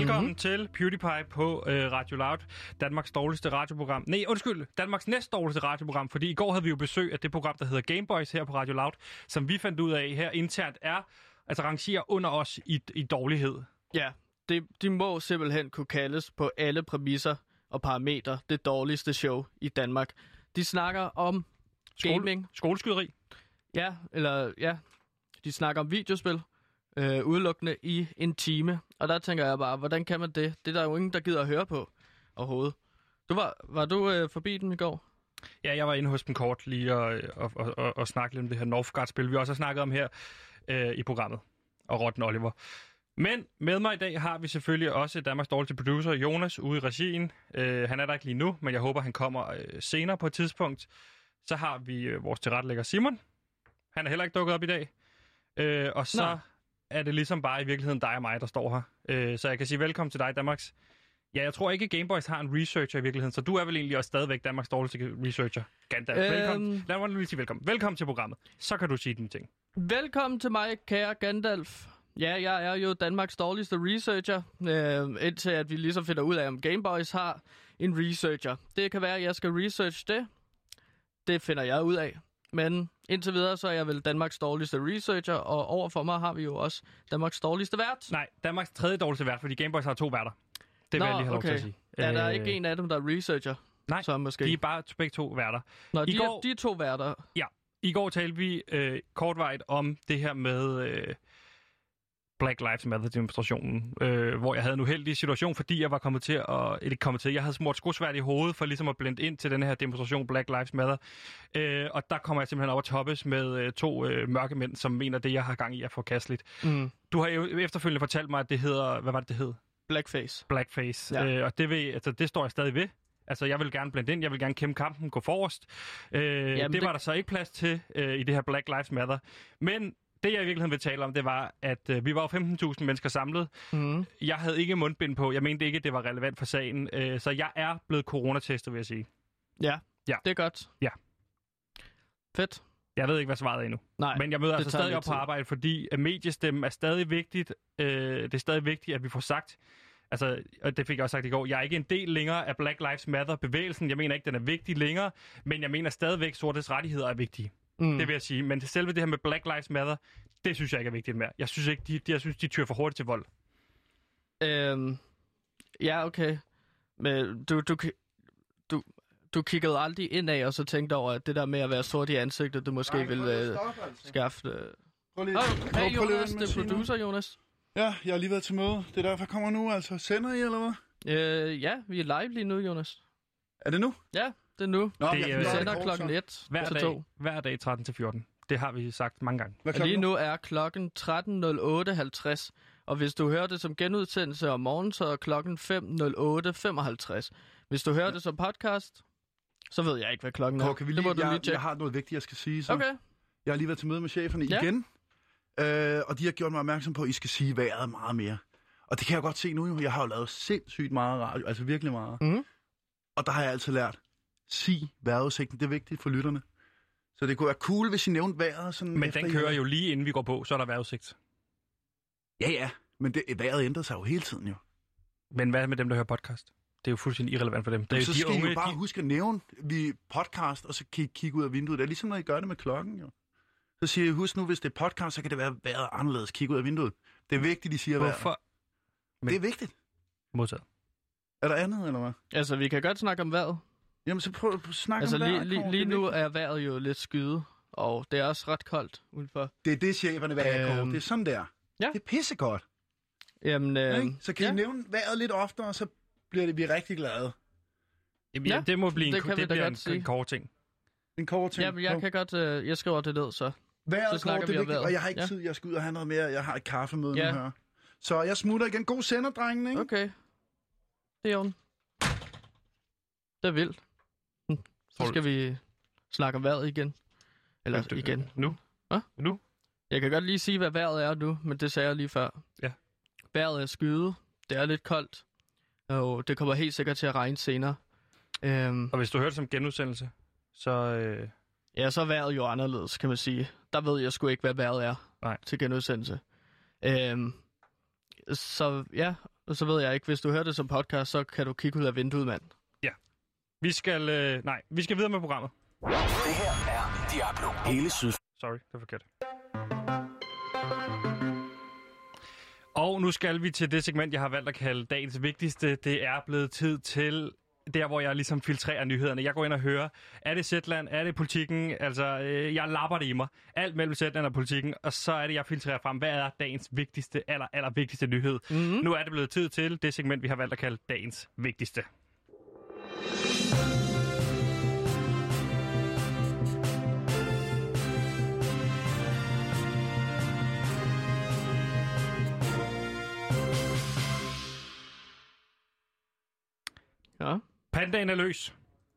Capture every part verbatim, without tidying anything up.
Velkommen mm-hmm. til PewDiePie på øh, Radio Loud, Danmarks dårligste radioprogram. Nej, undskyld, Danmarks næst dårligste radioprogram, fordi i går havde vi jo besøg af det program, der hedder Gameboys her på Radio Loud, som vi fandt ud af her internt er, altså rangerer under os i, i dårlighed. Ja, det, de må simpelthen kunne kaldes på alle præmisser og parametre det dårligste show i Danmark. De snakker om Skole, gaming. Skoleskyderi. Ja, eller ja, de snakker om videospil. Øh, udelukkende i en time. Og der tænker jeg bare, hvordan kan man det? Det er der jo ingen, der gider at høre på overhovedet. Du var, var du øh, forbi den i går? Ja, jeg var inde hos dem kort lige og, og, og, og, og snakke lidt om det her Northgard-spil, vi også har snakket om her øh, i programmet. Og Rotten Oliver. Men med mig i dag har vi selvfølgelig også Danmarks dårligste producer, Jonas, ude i regien. Øh, han er der ikke lige nu, men jeg håber, han kommer øh, senere på et tidspunkt. Så har vi øh, vores tilrettelægger Simon. Han er heller ikke dukket op i dag. Øh, og så... Nå. Er det ligesom bare i virkeligheden dig og mig, der står her. Øh, så jeg kan sige velkommen til dig, Danmarks. Ja, jeg tror ikke, Gameboys har en researcher i virkeligheden, så du er vel egentlig også stadigvæk Danmarks dårligste researcher. Gandalf, øhm... velkommen. Lad mig lige sige velkommen. Velkommen til programmet. Så kan du sige dine ting. Velkommen til mig, kære Gandalf. Ja, jeg er jo Danmarks dårligste researcher, øh, indtil at vi ligesom finder ud af, om Gameboys har en researcher. Det kan være, at jeg skal research det. Det finder jeg ud af. Men indtil videre, så er jeg vel Danmarks dårligste researcher, og overfor mig har vi jo også Danmarks dårligste vært. Nej, Danmarks tredje dårligste vært, fordi Gameboys har to værter. Det Nå, vil jeg lige have okay. lov til at sige. Ja, der er ikke en af dem, der er researcher. Nej, så måske. de er bare begge to værter. Nå, I de, går, er, de er to værter. Ja, i går talte vi øh, kortvejt om det her med... Øh, Black Lives Matter-demonstrationen, øh, hvor jeg havde en uheldig situation, fordi jeg var kommet til at... Ikke kommet til, jeg havde smurt skruesværd i hovedet for ligesom at blende ind til den her demonstration Black Lives Matter. Øh, og der kommer jeg simpelthen op at toppes med øh, to øh, mørke mænd, som mener, at det, jeg har gang i, er forkasteligt. Mm. Du har jo efterfølgende fortalt mig, at det hedder... Hvad var det, det hed? Blackface. Blackface. Ja. Øh, og det, vil, altså, det står jeg stadig ved. Altså, jeg vil gerne blende ind, jeg vil gerne kæmpe kampen, gå forrest. Øh, det, det var der så ikke plads til øh, i det her Black Lives Matter. Men... Det, jeg i virkeligheden vil tale om, det var, at øh, vi var jo femten tusind mennesker samlet. Mm. Jeg havde ikke mundbind på. Jeg mente ikke, at det var relevant for sagen. Øh, så jeg er blevet coronatestet, vil jeg sige. Ja, ja, det er godt. Ja. Fedt. Jeg ved ikke, hvad svaret er endnu. Nej, men jeg møder altså stadig op på arbejde, fordi at mediestemmen er stadig vigtigt. Øh, det er stadig vigtigt, at vi får sagt... Altså, og det fik jeg også sagt i går, jeg er ikke en del længere af Black Lives Matter-bevægelsen. Jeg mener ikke, den er vigtig længere, men jeg mener stadigvæk, at sortes rettigheder er vigtige. Mm. Det vil jeg sige. Men selve det her med Black Lives Matter, det synes jeg ikke er vigtigt mere. Jeg synes ikke, de, de, jeg synes, de tyrer for hurtigt til vold. Øhm, ja, okay. Men du, du, du, du kiggede aldrig indad og så tænkte over, at det der med at være sort i ansigtet, du måske ville øh, skaffe... Øh... Prøv lige. Oh, hey, hey Jonas, det er producer, Jonas. Ja, jeg har lige været til møde. Det er derfor, jeg kommer nu, altså. Sender I, eller hvad? Øh, ja, vi er live lige nu, Jonas. Er det nu? Ja, det er nu. Nå, det, ja, vi sender klokken et hver til dag, to. Hver dag tretten til fjorten. Det har vi sagt mange gange. Og lige nu er klokken tretten nul otte halvtreds. Og hvis du hører det som genudsendelse om morgenen, så er klokken fem nul otte femoghalvtreds. Hvis du hører ja. det som podcast, så ved jeg ikke, hvad klokken er. Kåre, kan vi lige, det må jeg, lige jeg har noget vigtigt, jeg skal sige. Så. Okay. Jeg har lige været til møde med cheferne ja. igen. Øh, og de har gjort mig opmærksom på, at I skal sige vejret meget mere. Og det kan jeg godt se nu. Jeg har jo lavet sindssygt meget radio, altså virkelig meget. Mm. Og der har jeg altid lært, sig vejrudsigten. Det er vigtigt for lytterne. Så det kunne være cool, hvis I nævnte vejret sådan. Men den kører jo lige inden vi går på, så er der vejrudsigt. Ja, ja. Men det, vejret ændrer sig jo hele tiden jo. Men hvad med dem, der hører podcast? Det er jo fuldstændig irrelevant for dem. Det er så jo de skal unge, I jo bare de... huske at nævne vi podcast, og så kigge kig ud af vinduet. Det er ligesom, når I gør det med klokken jo. Så siger jeg, husk nu, hvis det er podcast, så kan det være vejret anderledes. Kig ud af vinduet. Det er vigtigt, de siger vejret. Hvorfor? Men... Det er vigtigt. Modtaget. Er der andet, eller hvad? Altså, vi kan godt snakke om vejret. Jamen, så prøv at snakke altså, om vejret. Lige, lige, lige nu er vejret jo lidt skyde, og det er også ret koldt udenfor. Det er det, cheferne vil have, Kåre. Det er sådan der. Ja. Det er pissegodt. Jamen, øh, så kan ja. I nævne vejret lidt oftere, og så bliver det, vi rigtig glade. Jamen, ja, det må blive en, det det bliver en, en kort ting. En kort ting? Jamen, jeg kan godt, øh, jeg skriver det ned, så. Vejret, så snakker Kåre, det er vi om og jeg har ikke ja. tid, jeg skal ud og have noget mere. Jeg har et kaffemøde ja. nu her. Så jeg smutter igen. God sender, drengen, ikke? Okay. Det er on. Det er vildt. Hm. Så skal vi snakke om vejret igen. Eller du, igen. Nu? Hvad? Nu? Jeg kan godt lige sige, hvad vejret er nu, men det sagde jeg lige før. Ja. Vejret er skyde. Det er lidt koldt. Og det kommer helt sikkert til at regne senere. Øhm, og hvis du hører det som genudsendelse, så... Øh... Ja, så er vejret jo anderledes, kan man sige. Der ved jeg sgu ikke, hvad vejret er Nej. til genudsendelse. Øhm, så ja, Og så ved jeg ikke, hvis du hører det som podcast, så kan du kigge ud af vinduet, mand. Ja. Vi skal, øh, nej, vi skal videre med programmet. Det her er Diablo. Hele syd. Sorry, det er forkert. Og nu skal vi til det segment, jeg har valgt at kalde dagens vigtigste. Det er blevet tid til der, hvor jeg ligesom filtrerer nyhederne. Jeg går ind og hører, er det Zetland, er det politikken? Altså, øh, jeg lapper det i mig. Alt mellem Zetland og politikken. Og så er det, jeg filtrerer frem, hvad er dagens vigtigste, aller, aller vigtigste nyhed. Mm-hmm. Nu er det blevet tid til det segment, vi har valgt at kalde dagens vigtigste. Ja. Pandaen er løs.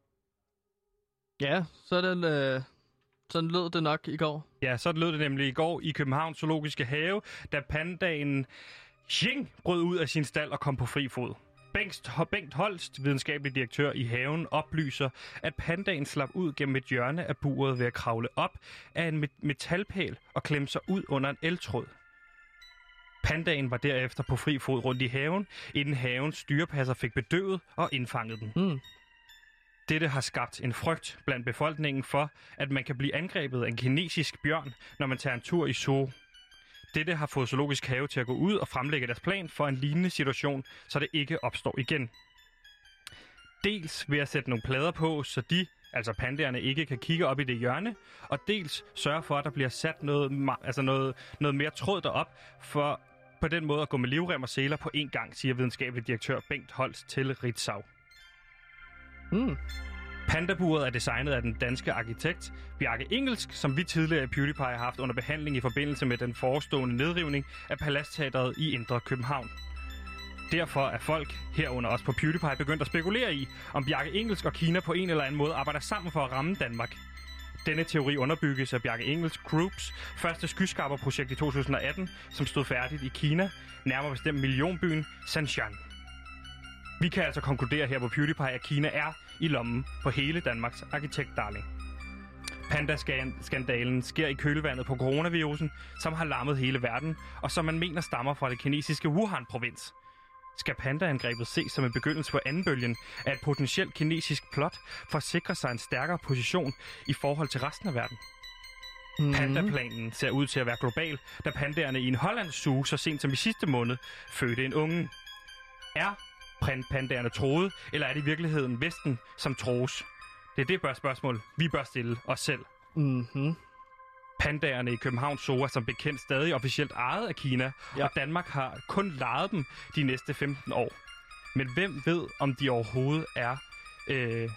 Ja, sådan, øh, sådan lød det nok i går. Ja, så lød det nemlig i går i Københavns Zoologiske Have, da pandaen Xing brød ud af sin stald og kom på fri fod. Bengt Holst, videnskabelig direktør i haven, oplyser, at pandaen slap ud gennem et hjørne af buret ved at kravle op af en metalpæl og klemme sig ud under en eltråd. Pandaen var derefter på fri fod rundt i haven, inden havens dyrepasser fik bedøvet og indfanget den. Mm. Dette har skabt en frygt blandt befolkningen for, at man kan blive angrebet af en kinesisk bjørn, når man tager en tur i zoo. Dette har fået Zoologisk Have til at gå ud og fremlægge deres plan for en lignende situation, så det ikke opstår igen. Dels ved at sætte nogle plader på, så de, altså pandaerne, ikke kan kigge op i det hjørne, og dels sørge for, at der bliver sat noget, altså noget, noget mere tråd derop, for på den måde at gå med livrem og seler på én gang, siger videnskabelig direktør Bengt Holst til Ritzau. Mm. Pandaburet er designet af den danske arkitekt Bjarke Engelsk, som vi tidligere i PewDiePie har haft under behandling i forbindelse med den forestående nedrivning af Paladsteatret i Indre København. Derfor er folk, herunder også på PewDiePie, begyndt at spekulere i, om Bjarke Engelsk og Kina på en eller anden måde arbejder sammen for at ramme Danmark. Denne teori underbygges af Bjarke Engelsk Groups første skyskraberprojekt i to tusind og atten, som stod færdigt i Kina, nærmere bestemt millionbyen Shenzhen. Vi kan altså konkludere her på PewDiePie, at Kina er i lommen på hele Danmarks arkitektdarling. Panda-skandalen sker i kølvandet på coronavirusen, som har lammet hele verden, og som man mener stammer fra det kinesiske Wuhan-provins. Skal pandaangrebet ses som en begyndelse på anden bølgen af et potentielt kinesisk plot for at sikre sig en stærkere position i forhold til resten af verden? Mm-hmm. Pandaplanen ser ud til at være global, da pandaerne i en hollandsk zoo så sent som i sidste måned fødte en unge. Er pandaerne troede, eller er det i virkeligheden Vesten, som troes? Det er det bør spørgsmål, vi bør stille os selv. Mm-hmm. Pandaerne i Københavns Zoo er som bekendt stadig officielt ejet af Kina, ja. Og Danmark har kun lejet dem de næste femten år. Men hvem ved, om de overhovedet er... Øh,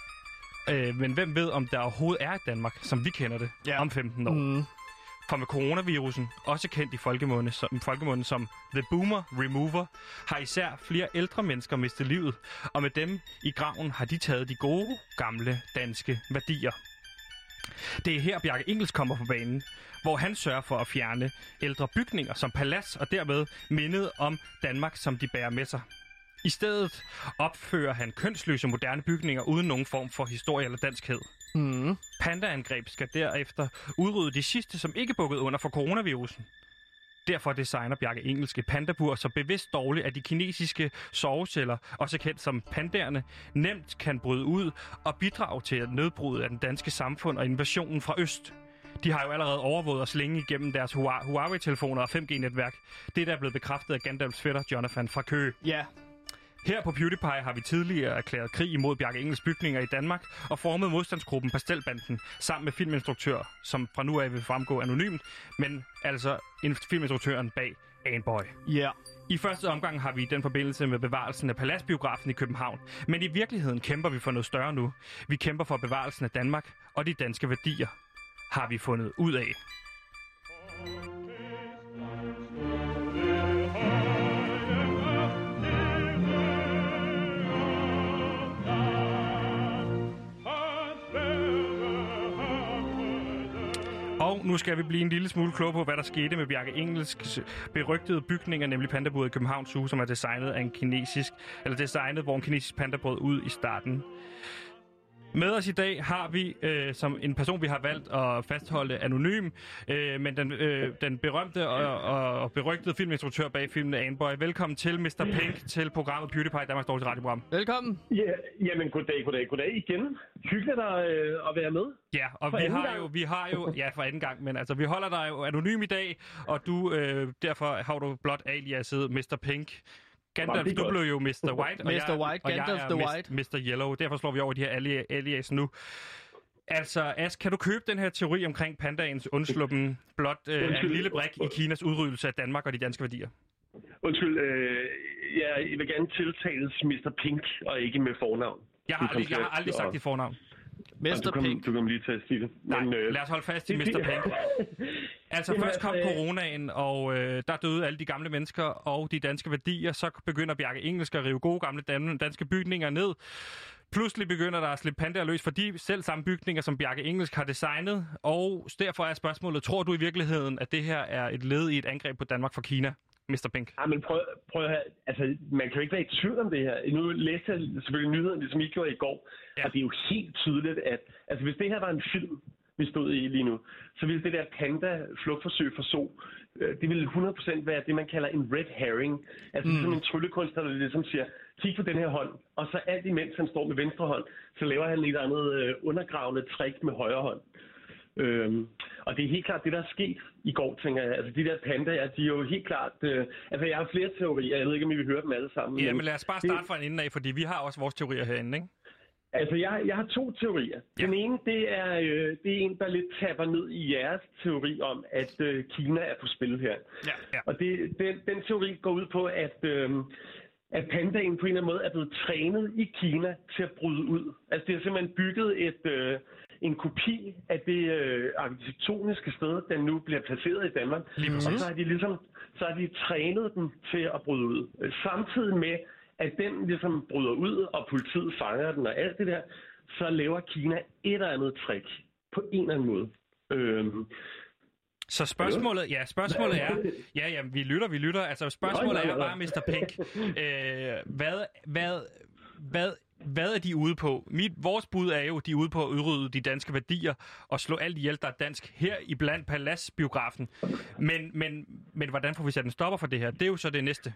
øh, men hvem ved, om der overhovedet er et Danmark, som vi kender det, ja. Om femten år? Mm. For med coronavirusen, også kendt i folkemunde som, folkemunde som The Boomer Remover, har især flere ældre mennesker mistet livet, og med dem i graven har de taget de gode, gamle danske værdier. Det er her Bjarke Engelsk kommer på banen, hvor han sørger for at fjerne ældre bygninger som palads og dermed mindet om Danmark, som de bærer med sig. I stedet opfører han kønsløse moderne bygninger uden nogen form for historie eller danskhed. Mm. Pandaangreb skal derefter udrydde de sidste, som ikke bukkede under for coronavirusen. Derfor designer Bjarke Engelsk et pandabur så bevidst dårligt, at de kinesiske soveceller, også kendt som pandaerne, nemt kan bryde ud og bidrage til at nedbryde af den danske samfund og invasionen fra øst. De har jo allerede overvåget os længe igennem deres Huawei-telefoner og fem G-netværk. Det der er blevet bekræftet af Gandalfs fætter Jonathan fra Køge. Ja. Yeah. Her på PewDiePie har vi tidligere erklæret krig imod Bjarke Engelsks bygninger i Danmark og formet modstandsgruppen Pastelbanden sammen med filminstruktør, som fra nu af vil fremgå anonymt, men altså en filminstruktøren bag Anboy. Ja. Yeah. I første omgang har vi den forbindelse med bevarelsen af Paladsbiografen i København, men i virkeligheden kæmper vi for noget større nu. Vi kæmper for bevarelsen af Danmark og de danske værdier, har vi fundet ud af. Og nu skal vi blive en lille smule klog på, hvad der skete med Bjarke Engelsks berygtede bygninger, nemlig pandaburet i Københavns Zoo, som er designet af en kinesisk, eller designet, hvor en kinesisk panda brød ud i starten Med os i dag har vi øh, som en person, vi har valgt at fastholde anonym, øh, men den, øh, den berømte og, og berygtede filminstruktør bag filmen Anboy. Velkommen til mister Pink til programmet PewDiePie, Danmarks dårligste radioprogram. Velkommen. Ja, jamen goddag, goddag, goddag igen. Hyggeligt at, øh, at være med. Ja, og vi har, jo, vi har jo, ja for anden gang, men altså vi holder dig jo anonym i dag, og du, øh, derfor har du blot aliaset mister Pink. Gandalf, du blev jo mister White, og mister jeg, White, og jeg Gandalf er the mis, White. mister Yellow. Derfor slår vi over de her ali- alias nu. Altså, Ask, kan du købe den her teori omkring pandaens undsluppen blot øh, af en lille brik i Kinas udryddelse af Danmark og de danske værdier? Undskyld, øh, jeg vil gerne tiltales mister Pink, og ikke med fornavn. Jeg har aldrig, jeg har aldrig sagt dit fornavn. mister du Pink. Du kan lige tage at sige det. Nej, Men, øh, lad os holde fast i mister Pink. Altså, Jamen, først kom altså, coronaen, og øh, der døde alle de gamle mennesker og de danske værdier. Så begynder Bjarke Ingels at rive gode gamle dan- danske bygninger ned. Pludselig begynder der at slippe pandaer løs for de selv samme bygninger, som Bjarke Ingels har designet. Og derfor er spørgsmålet, tror du i virkeligheden, at det her er et led i et angreb på Danmark fra Kina? mister Pink. Ja, men prøv, prøv at have, altså, man kan jo ikke være i tvivl om det her. Nu læste jeg selvfølgelig nyheden, ligesom I gjorde i går, ja. Og det er jo helt tydeligt, at altså, hvis det her var en film, vi stod i lige nu, så ville det der panda-flugtforsøg for so, det ville hundrede procent være det, man kalder en red herring. Altså mm. som en tryllekunstner, der ligesom siger, kig på den her hånd, og så alt imens han står med venstre hånd, så laver han et andet øh, undergravende trick med højre hånd. Øhm, og det er helt klart det, der er sket i går, tænker jeg. Altså de der pandaer, de er jo helt klart... Øh, altså jeg har flere teorier, jeg ved ikke, om I vil høre dem alle sammen. Ja, men, men lad os bare starte fra en ende af, fordi vi har også vores teorier herinde, ikke? Altså, jeg, jeg har to teorier. Ja. Den ene, det er, øh, det er en, der lidt tapper ned i jeres teori om, at øh, Kina er på spil her. Ja, ja. Og det, den, den teori går ud på, at, øh, at pandaen på en eller anden måde er blevet trænet i Kina til at bryde ud. Altså, det er simpelthen bygget et, øh, en kopi af det øh, arkitektoniske sted, der nu bliver placeret i Danmark. Mm-hmm. Og så har de ligesom så har de trænet den til at bryde ud. Samtidig med at den ligesom bryder ud, og politiet fanger den og alt det der, så laver Kina et eller andet trick på en eller anden måde. Øhm. Så spørgsmålet, ja, spørgsmålet er, ja, ja, vi lytter, vi lytter, altså spørgsmålet er bare, mister Pink, øh, hvad, hvad, hvad, hvad er de ude på? Mit, vores bud er jo, de er ude på at udrydde de danske værdier og slå alt ihjel, der er dansk, her i blandt Paladsbiografen. Men, men, men hvordan får vi sat en stopper for det her? Det er jo så det næste.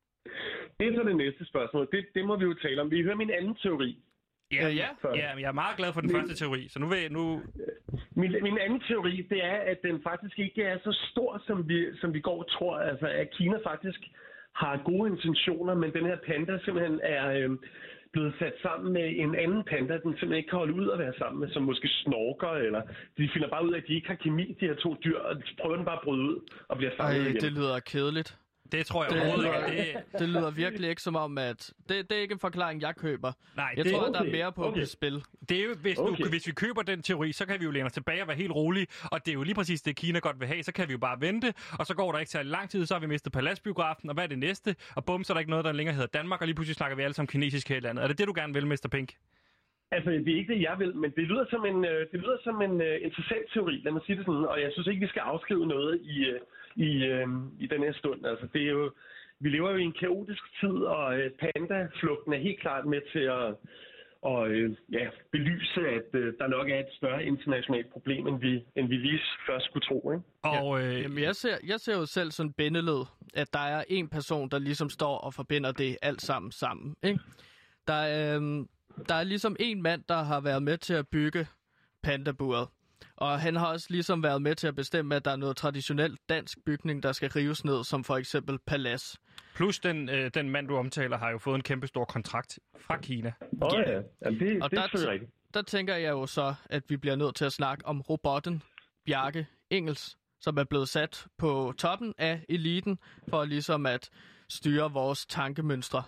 Det er så det næste spørgsmål. Det, det må vi jo tale om. Vi hører min anden teori. Ja, ja. ja jeg er meget glad for den min, første teori, så nu vil jeg... Nu... Min, min anden teori, det er, at den faktisk ikke er så stor, som vi, som vi går tror. Altså, at Kina faktisk har gode intentioner, men den her panda simpelthen er øh, blevet sat sammen med en anden panda, den simpelthen ikke kan holde ud at være sammen med, som måske snorker, eller de finder bare ud af, at de ikke har kemi, de her to dyr, og de prøver den bare at bryde ud og bliver fanget igen. igen. Det lyder kedeligt. Det tror jeg det overhovedet ikke. Det... det lyder virkelig ikke som om, at... Det, det er ikke en forklaring, jeg køber. Nej, jeg det... tror, okay. der er mere på okay. at spil. Det er jo, hvis, okay. du, hvis vi køber den teori, så kan vi jo læne os tilbage og være helt rolige. Og det er jo lige præcis det, Kina godt vil have. Så kan vi jo bare vente, og så går der ikke særlig lang tid, så har vi mistet Paladsbiografen, og hvad er det næste? Og bum, så er der ikke noget, der længere hedder Danmark, og lige pludselig snakker vi alle sammen kinesisk her i landet. Er det det, du gerne vil, mister Pink? Altså, det er ikke det, jeg vil, men det lyder som en, det lyder som en uh, interessant teori, lad mig sige det sådan. Og jeg synes ikke, vi skal afskrive noget i, uh, i, uh, i den her stund. Altså, det er jo... Vi lever jo i en kaotisk tid, og øh, pandaflugten er helt klart med til at og, øh, ja, belyse, at øh, der nok er et større internationalt problem, end vi, end vi lige først skulle tro. Ikke? Og, øh... Jamen, jeg, ser, jeg ser jo selv sådan bindeled, at der er en person, der ligesom står og forbinder det alt sammen sammen. Ikke? Der, øh, der er ligesom en mand, der har været med til at bygge pandaburet. Og han har også ligesom været med til at bestemme, at der er noget traditionelt dansk bygning, der skal rives ned, som for eksempel palads. Plus den, øh, den mand, du omtaler, har jo fået en kæmpe stor kontrakt fra Kina. Åh oh, ja, Jamen, det, og det der, er rigtigt. Der tænker jeg jo så, at vi bliver nødt til at snakke om robotten Bjarke Ingels, som er blevet sat på toppen af eliten, for ligesom at styre vores tankemønstre.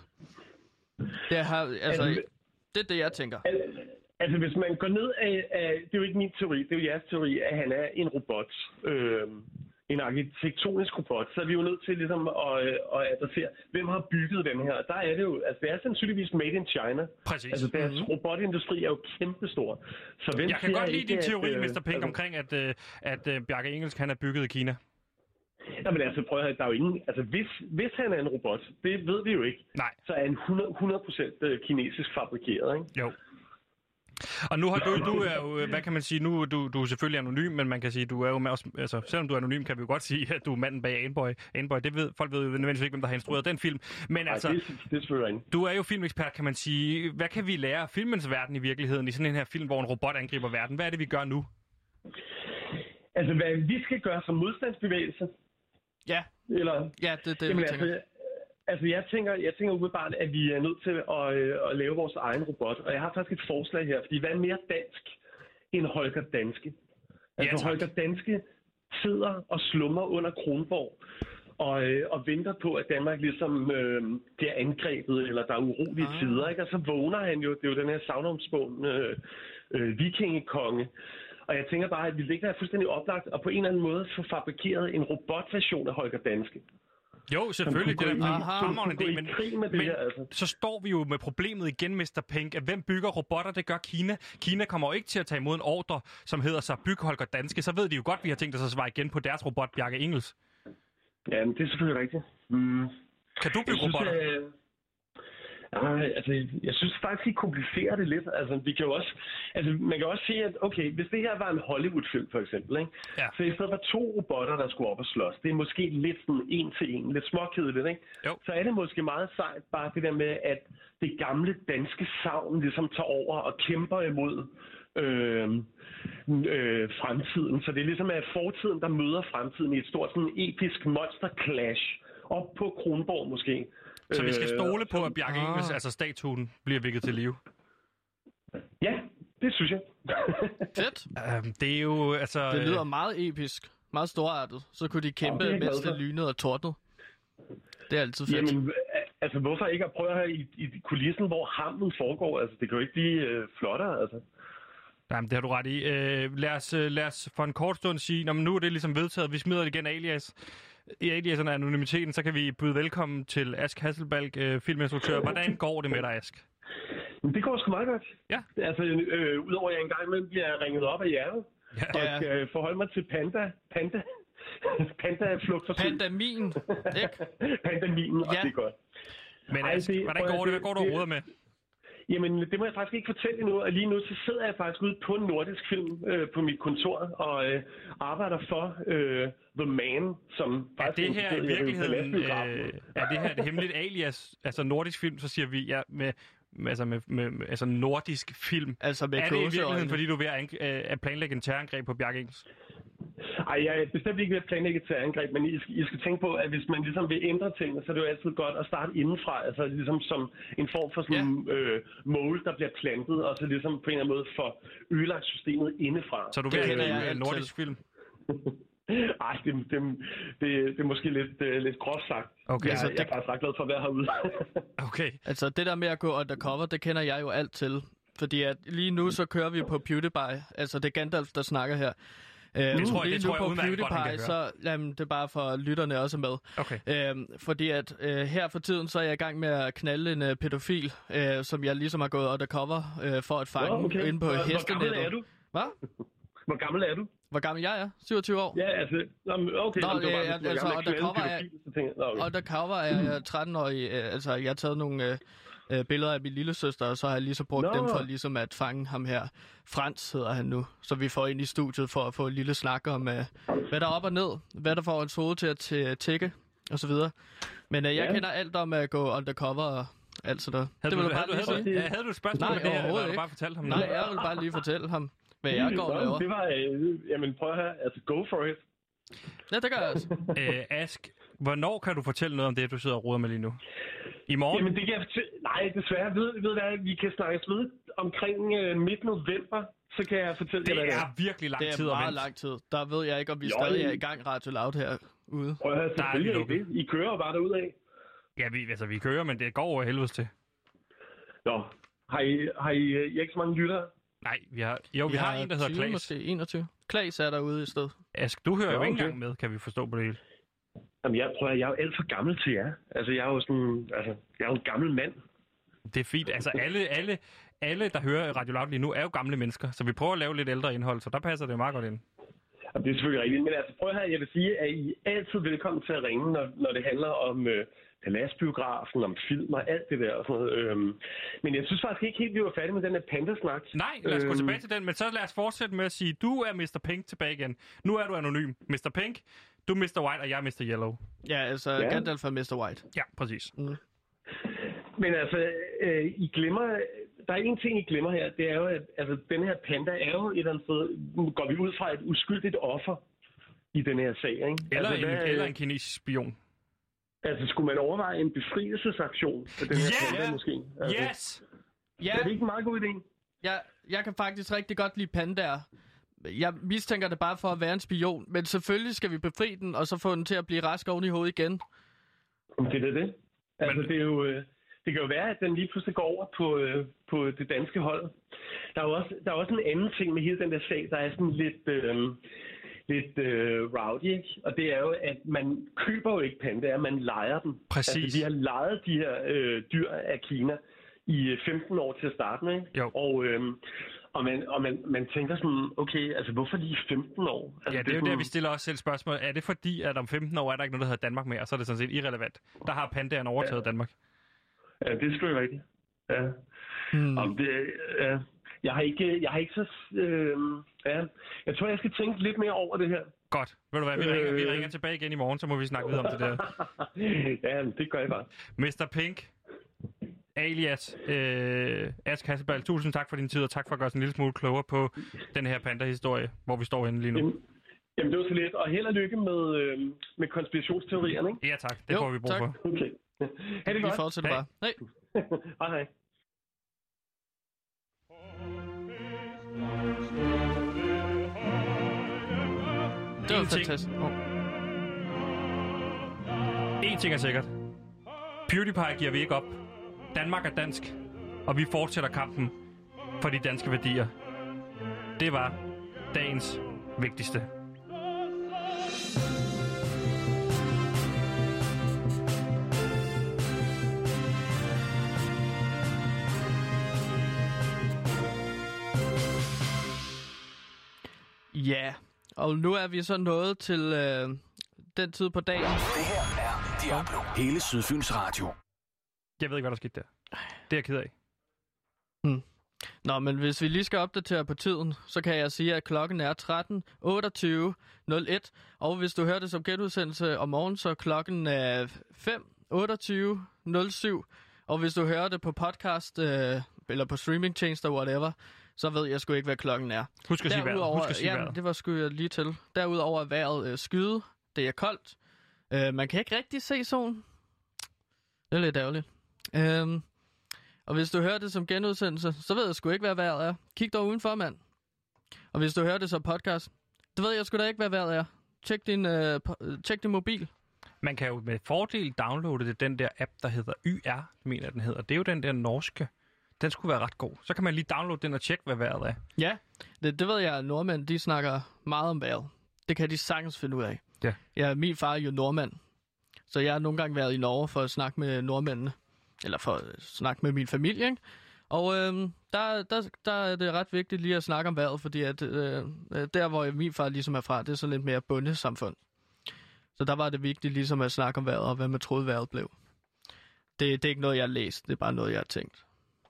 Det, har, altså, det er det, jeg tænker. Altså, hvis man går ned af, af... Det er jo ikke min teori, det er jo jeres teori, at han er en robot. Øh, en arkitektonisk robot. Så er vi jo nødt til ligesom at, at adressere, hvem har bygget den her. Der er det jo... Altså, det er sandsynligvis made in China. Præcis. Altså, deres mm-hmm. robotindustri er jo kæmpestor. Så hvem Jeg kan godt lide din teori, at, mister Pink, altså, omkring, at, at, at, at Bjarke Ingels kan have bygget i Kina. Jamen altså, prøv at høre, der er jo ingen... Altså, hvis, hvis han er en robot, det ved vi jo ikke. Nej. Så er han hundrede procent kinesisk fabrikeret, ikke? Jo. Og nu har du, du er jo, hvad kan man sige, nu du, du er selvfølgelig anonym, men man kan sige, du er jo med også, altså selvom du er anonym, kan vi jo godt sige, at du er manden bag Anboy. Anboy, det ved, folk ved jo nødvendigvis ikke, hvem der har instrueret den film. Men altså, Ej, det, det er selvfølgelig ikke. Du er jo filmekspert, kan man sige. Hvad kan vi lære af filmens verden i virkeligheden, i sådan en her film, hvor en robot angriber verden? Hvad er det, vi gør nu? Altså, hvad vi skal gøre som modstandsbevægelse? Ja, Eller, ja det er det, jamen, jeg tænker. altså, altså, jeg tænker, jeg tænker umiddelbart, at vi er nødt til at, øh, at lave vores egen robot. Og jeg har faktisk et forslag her, fordi hvad er mere dansk end Holger Danske? Altså, ja, Holger Danske sidder og slummer under Kronborg og, øh, og venter på, at Danmark ligesom øh, bliver angrebet, eller der er urolige ah. tider, ikke? Og så vågner han jo, det er jo den her savnomsbånd øh, øh, vikingekonge. Og jeg tænker bare, at vi ligger her fuldstændig oplagt, og på en eller anden måde få fabrikeret en robotversion af Holger Danske. Jo, selvfølgelig. Det er fremragende idé, men, men men her, altså. så står vi jo med problemet igen, mister Pink, at hvem bygger robotter? Det gør Kina. Kina kommer jo ikke til at tage imod en ordre, som hedder sig byg Holger Danske. Så ved de jo godt, at vi har tænkt os at svare igen på deres robot, Bjarke Ingels. Ja, men det er selvfølgelig rigtigt. Mm. Kan du bygge synes, robotter? At... Nej, altså, jeg synes faktisk, I komplicerer det lidt. Altså, vi kan jo også, altså, man kan også sige, at okay, hvis det her var en Hollywood-film for eksempel, ikke? Ja. Så i stedet for to robotter, der skulle op og slås, det er måske lidt sådan en til en, lidt småkedeligt, ikke? Jo. Så er det måske meget sejt bare det der med, at det gamle danske savn ligesom tager over og kæmper imod øh, øh, fremtiden. Så det er ligesom, at fortiden, der møder fremtiden i et stort sådan episk monster-clash op på Kronborg måske. Så vi skal stole på, at Bjarke Ah. Ingels, altså statuen, bliver vækket til live? Ja, det synes jeg. Fedt. Um, det er jo, altså... Det lyder meget episk. Meget storartet. Så kunne de kæmpe, Ja, det er jeg mens glad det for. lynede og tordnede. Det er altid fedt. Jamen, altså hvorfor ikke at prøve her i, i kulissen, hvor hamlen foregår? Altså, det kan jo ikke blive øh, flottere, altså. Jamen, det har du ret i. Uh, lad, os, uh, lad os for en kort stund sige, når nu er det ligesom vedtaget, vi smider det igen alias. I aliaserne af anonymiteten, så kan vi byde velkommen til Ask Hasselbalg, uh, filminstruktør. Hvordan går det med dig, Ask? Men det går sgu meget godt. Ja. Altså, øh, udover at jeg engang imellem bliver ringet op af jer, Ja. og skal øh, forholde mig til panda. Panda. Panda flugt for Pandamin, ikke? Pandaminen, ja. Ja. Det er godt. Men Ej, Ask, det- hvordan prøv går at- det? Hvad går du og det- roder med? Jamen, det må jeg faktisk ikke fortælle endnu. Og lige nu så sidder jeg faktisk ude på en nordisk film øh, på mit kontor og øh, arbejder for øh, The Man, som Er faktisk det her i interesseret i at rive virkeligheden, lastbilgraven. øh, er det her et hemmeligt alias, altså nordisk film, så siger vi, ja, med, med, altså, med, med, med altså nordisk film. Altså med Er det i virkeligheden, gåseøjne. fordi du er ved at, ang- øh, at planlægge en terrorangreb på Bjarke Ingels? Ej, jeg er bestemt ikke ved at planlægge et terrorangreb, men I skal, I skal tænke på, at hvis man ligesom vil ændre tingene, så er det jo altid godt at starte indenfra. Altså ligesom som en form for sådan ja. øh, mål, der bliver plantet, og så ligesom på en eller anden måde får ødelagt systemet indefra. Så du Det vil kender have jeg en alt nordisk film? Ej, det, det, det, det er måske lidt, uh, lidt groft sagt. Okay, jeg, så jeg er faktisk ret glad for at være herude. Okay. Altså det der med at gå undercover, det kender jeg jo alt til. Fordi at lige nu så kører vi på PewDiePie. Altså det er Gandalf, der snakker her. Øhm, Det tror jeg- lige det tror nu jeg på udmærket godt, han kan PewDiePie, så jamen, det er bare for lytterne også med. Okay. Øhm, fordi at øh, her for tiden, så er jeg i gang med at knalde en øh, pædofil, øh, som jeg ligesom har gået undercover øh, for at fange Nå, okay. inde på Hvor- Hvor hestenettet. gammel er du? Hvad? Hvor gammel er du? Hvor gammel jeg er? syvogtyve år. Ja, altså... Nå, men okay, Nå, jamen, det var bare, ja, hvis du var altså, gammel og undercover knaldet er- pædofil, så tænker jeg, nå, okay. Undercover er jeg tretten-årig. Øh, altså, jeg har taget nogle øh, øh, billeder af min lillesøster, og så har jeg lige så brugt Nå. dem for ligesom at fange ham her. Frans hedder han nu. Så vi får ind i studiet for at få en lille snak om, øh, hvad der er op og ned, hvad der får ens hoved til at t- tække, og så videre. Men øh, jeg Ja. kender alt om at gå undercover og alt sådan noget. Havde Det du, vil du havde, bare du, lige havde, sige. du, ja, havde du et spørgsmål Nej, med det her, eller overhovedet har du ikke. bare fortalt ham Nej, noget? jeg vil bare lige fortælle ham, hvad jeg går og Nå, laver. Det var... Øh, jamen, prøv at høre. Altså, go for it. Ja, det gør jeg altså. Øh, Ask, hvornår kan du fortælle noget om det, du sidder og roder med lige nu? I morgen? Jamen, det kan jeg fortælle... Nej, desværre. Ved, ved hvad? Vi kan snakkes ved omkring øh, midt november. Så kan jeg fortælle Det jer, hvad det er. er virkelig lang Det tid er at meget vente. lang tid. Der ved jeg ikke, om vi Jo, stadig I- er i gang Radio Loud herude. Prøv at høre, Der er selvfølgelig vi er I det. I kører jo bare derudad. Ja, vi, altså, vi kører, men det går over helvedes til. Nå, har I, har I, øh, I ikke så mange lyttere? Nej, vi har, jo, vi har en, der hedder tyve, Klaas. måske enogtyve. Klaas er derude i stedet. Ask, du hører jo Nå, ikke okay. engang med, kan vi forstå på det hele. Jamen, jeg tror, jeg er jo alt for gammel til jer. Altså, jeg er jo sådan... Altså, jeg er jo en gammel mand. Det er fint. Altså, alle, alle, alle, der hører Radio Loud lige nu, er jo gamle mennesker. Så vi prøver at lave lidt ældre indhold, så der passer det meget godt ind. Og det er selvfølgelig rigtigt. Men altså, prøv her, jeg vil sige, at I er altid velkommen til at ringe, når, når det handler om øh, Paladsbiografen, om film og alt det der og sådan noget. Øhm, men jeg synes faktisk ikke helt, vi var færdige med den her Panda-snak. Nej, lad os gå Øhm, tilbage til den, men så lad os fortsætte med at sige, du er mister Pink tilbage igen. Nu er du anonym. mister Pink, du er mister White, og jeg er mister Yellow. Ja, altså Ja. Gandalf er mister White. Ja, præcis. Mm. Men altså, øh, I glemmer, der er en ting, I glemmer her, det er jo, at altså, den her panda er jo et eller andet sted, nu går vi ud fra et uskyldigt offer i den her sag, ikke? Eller, altså, en, hvad, eller en kinesisk spion. Altså, skulle man overveje en befrielsesaktion af den her Ja! panda måske? Altså, Yes! Ja, Er det ikke en meget god idé? jeg, jeg kan faktisk rigtig godt lide pandaer. Jeg mistænker det bare for at være en spion, men selvfølgelig skal vi befri den, og så få den til at blive rask oven i hovedet igen. Jamen, det er da det. Altså, Men- det, er jo, øh, det kan jo være, at den lige pludselig går over på, øh, på det danske hold. Der er jo også, der er også en anden ting med hele den der sag, der er sådan lidt, øh, lidt øh, rowdy, ikke? Og det er jo, at man køber jo ikke pandaer, man lejer dem. Præcis. Altså, vi har lejet de her øh, dyr af Kina i femten år til at starte med, ikke? Jo. Og, øh, og, man, og man, man tænker sådan, okay, altså hvorfor lige femten år? Altså, Ja, det er jo sådan, der, vi stiller os selv spørgsmål. Er det fordi, at om femten år er der ikke noget, der hedder Danmark mere, og så er det sådan set irrelevant? Der har pandaen overtaget ja. Danmark. Ja, det er selvfølgelig rigtigt. Ja. Hmm. Om det, ja. Jeg har ikke, jeg har ikke så... Øh, ja. Jeg tror, jeg skal tænke lidt mere over det her. Godt. Ved du hvad, vi, ringer, vi Øh. ringer tilbage igen i morgen, så må vi snakke videre om det der. Ja, det gør jeg bare. mister Pink, alias øh, Ask Hasselbalg, tusind tak for din tid, og tak for at gøre os en lille smule klogere på den her panda-historie, hvor vi står henne lige nu. Jamen, jamen det var så lidt. Og held og lykke med, øh, med konspirationsteorierne, ikke? Ja tak, det Jo, får vi brug tak. for. Okay. Ha' det Vi godt. fortsætter Hej. bare. Hej. Hej, hej. Det var En ting. fantastisk. Oh. En ting er sikkert. PewDiePie giver vi ikke op. Danmark er dansk, og vi fortsætter kampen for de danske værdier. Det var dagens vigtigste. Ja, og nu er vi så nået til øh, den tid på dagen. Det her er Diablo. Hele Sydfyns Radio. Jeg ved ikke, hvad der skete der. Det er jeg ked af. Nå, men hvis vi lige skal opdatere på tiden, så kan jeg sige, at klokken er tretten otteogtyve nul et. Og hvis du hører det som genudsendelse om morgenen, så er klokken er fem otteogtyve nul syv. Og hvis du hører det på podcast, øh, eller på streamingtjenester, whatever, så ved jeg sgu ikke, hvad klokken er. Husk at sige vejret. Husk at sige ja, vejret. det var sgu jeg lige til. Derudover er vejret øh, skyde. Det er koldt. Øh, man kan ikke rigtig se solen. Det er lidt ærgerligt. Øhm, og hvis du hører det som genudsendelse, så ved jeg sgu ikke, hvad vejret er. Kig dog udenfor, mand. Og hvis du hører det som podcast, så ved jeg sgu da ikke, hvad vejret er. Tjek din, øh, po- tjek din mobil. Man kan jo med fordel downloade det, den der app, der hedder Y R, mener jeg, den hedder. Det er jo den der norske. Den skulle være ret god. Så kan man lige downloade den og tjekke, hvad vejret er. Ja, det, det ved jeg, at nordmænd, de snakker meget om vejret. Det kan de sagtens finde ud af. Ja. Ja, min far er jo nordmand. Så jeg har nogle gange været i Norge for at snakke med nordmændene. Eller for at snakke med min familie, ikke? Og øhm, der, der, der er det ret vigtigt lige at snakke om vejret, fordi at, øh, der, hvor min far ligesom er fra, det er så lidt mere bundesamfund. Så der var det vigtigt ligesom at snakke om vejret, og hvad man troede vejret blev. Det, det er ikke noget, jeg har læst, det er bare noget, jeg har tænkt.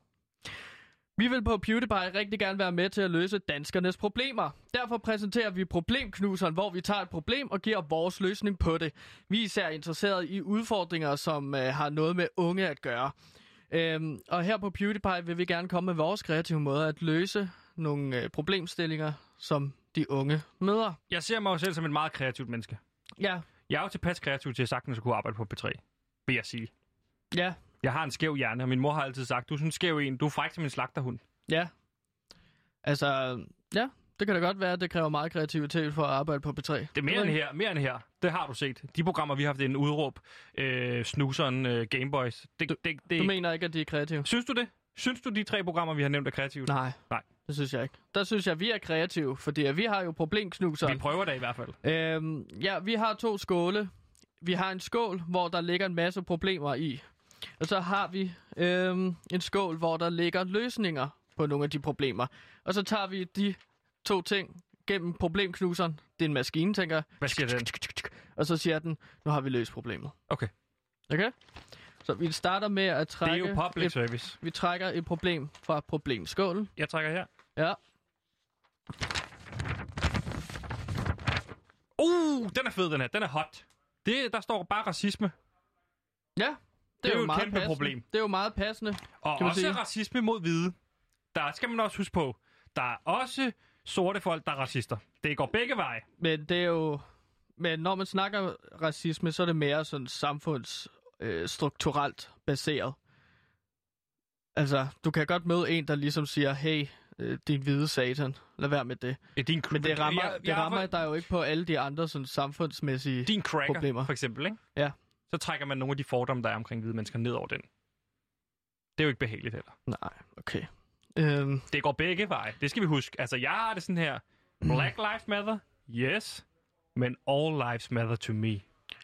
Vi vil på PewDiePie rigtig gerne være med til at løse danskernes problemer. Derfor præsenterer vi Problemknuseren, hvor vi tager et problem og giver vores løsning på det. Vi er især interesseret i udfordringer, som øh, har noget med unge at gøre. Øhm, og her på PewDiePie vil vi gerne komme med vores kreative måde at løse nogle øh, problemstillinger, som de unge møder. Jeg ser mig jo selv som et meget kreativt menneske. Ja, Jeg er jo tilpas kreativ til at sagtens at kunne arbejde på P tre, vil jeg sige. ja, Jeg har en skæv hjerne, og min mor har altid sagt, du er sådan en skæv en, du er fræk som en slagterhund. ja. Altså, ja, det kan da godt være, at det kræver meget kreativitet for at arbejde på P tre. Det er mere end her, mere end her. Det har du set. De programmer, vi har haft en udråb, øh, Snoozeren, øh, Gameboys. Det, Du- det, det, Du mener ikke, at de er kreative? Synes du det? Synes du, de tre programmer, vi har nævnt, er kreative? Nej. Nej. Det synes jeg ikke. Der synes jeg, at vi er kreative, fordi vi har jo problemknuseren. Vi prøver det i hvert fald. Øhm, ja, vi har to skåle. Vi har en skål, hvor der ligger en masse problemer i. Og så har vi øhm, en skål, hvor der ligger løsninger på nogle af de problemer. Og så tager vi de to ting gennem problemknuseren. Det er en maskine, tænker jeg. Hvad siger den? Og så siger den, nu har vi løst problemet. Okay. Okay? Så vi starter med at Det trække... er jo public et, service. Vi trækker et problem fra problemskålen. Jeg trækker her. Ja. Uh, den er fed, den her. Den er hot. Det, der står bare racisme. Ja, det, det er jo et meget kæmpe passende. problem. Det er jo meget passende. Og kan man også sige. racisme mod hvide. Der skal man også huske på. Der er også sorte folk, der er racister. Det går begge veje. Men det er jo... Men når man snakker racisme, så er det mere sådan samfunds øh, strukturelt baseret. Altså, du kan godt møde en, der ligesom siger, hey, øh, din hvide satan, lad være med det. Ja, din, Men det rammer, jeg, det jeg rammer for, dig jo ikke på alle de andre sådan, samfundsmæssige din cracker, problemer. For eksempel, ikke? Ja. Så trækker man nogle af de fordomme, der er omkring hvide mennesker, ned over den. Det er jo ikke behageligt heller. Nej, okay. Øhm. Det går begge veje. Det skal vi huske. Altså, jeg har det sådan her. Black Lives Matter, yes. Men all lives matter to me.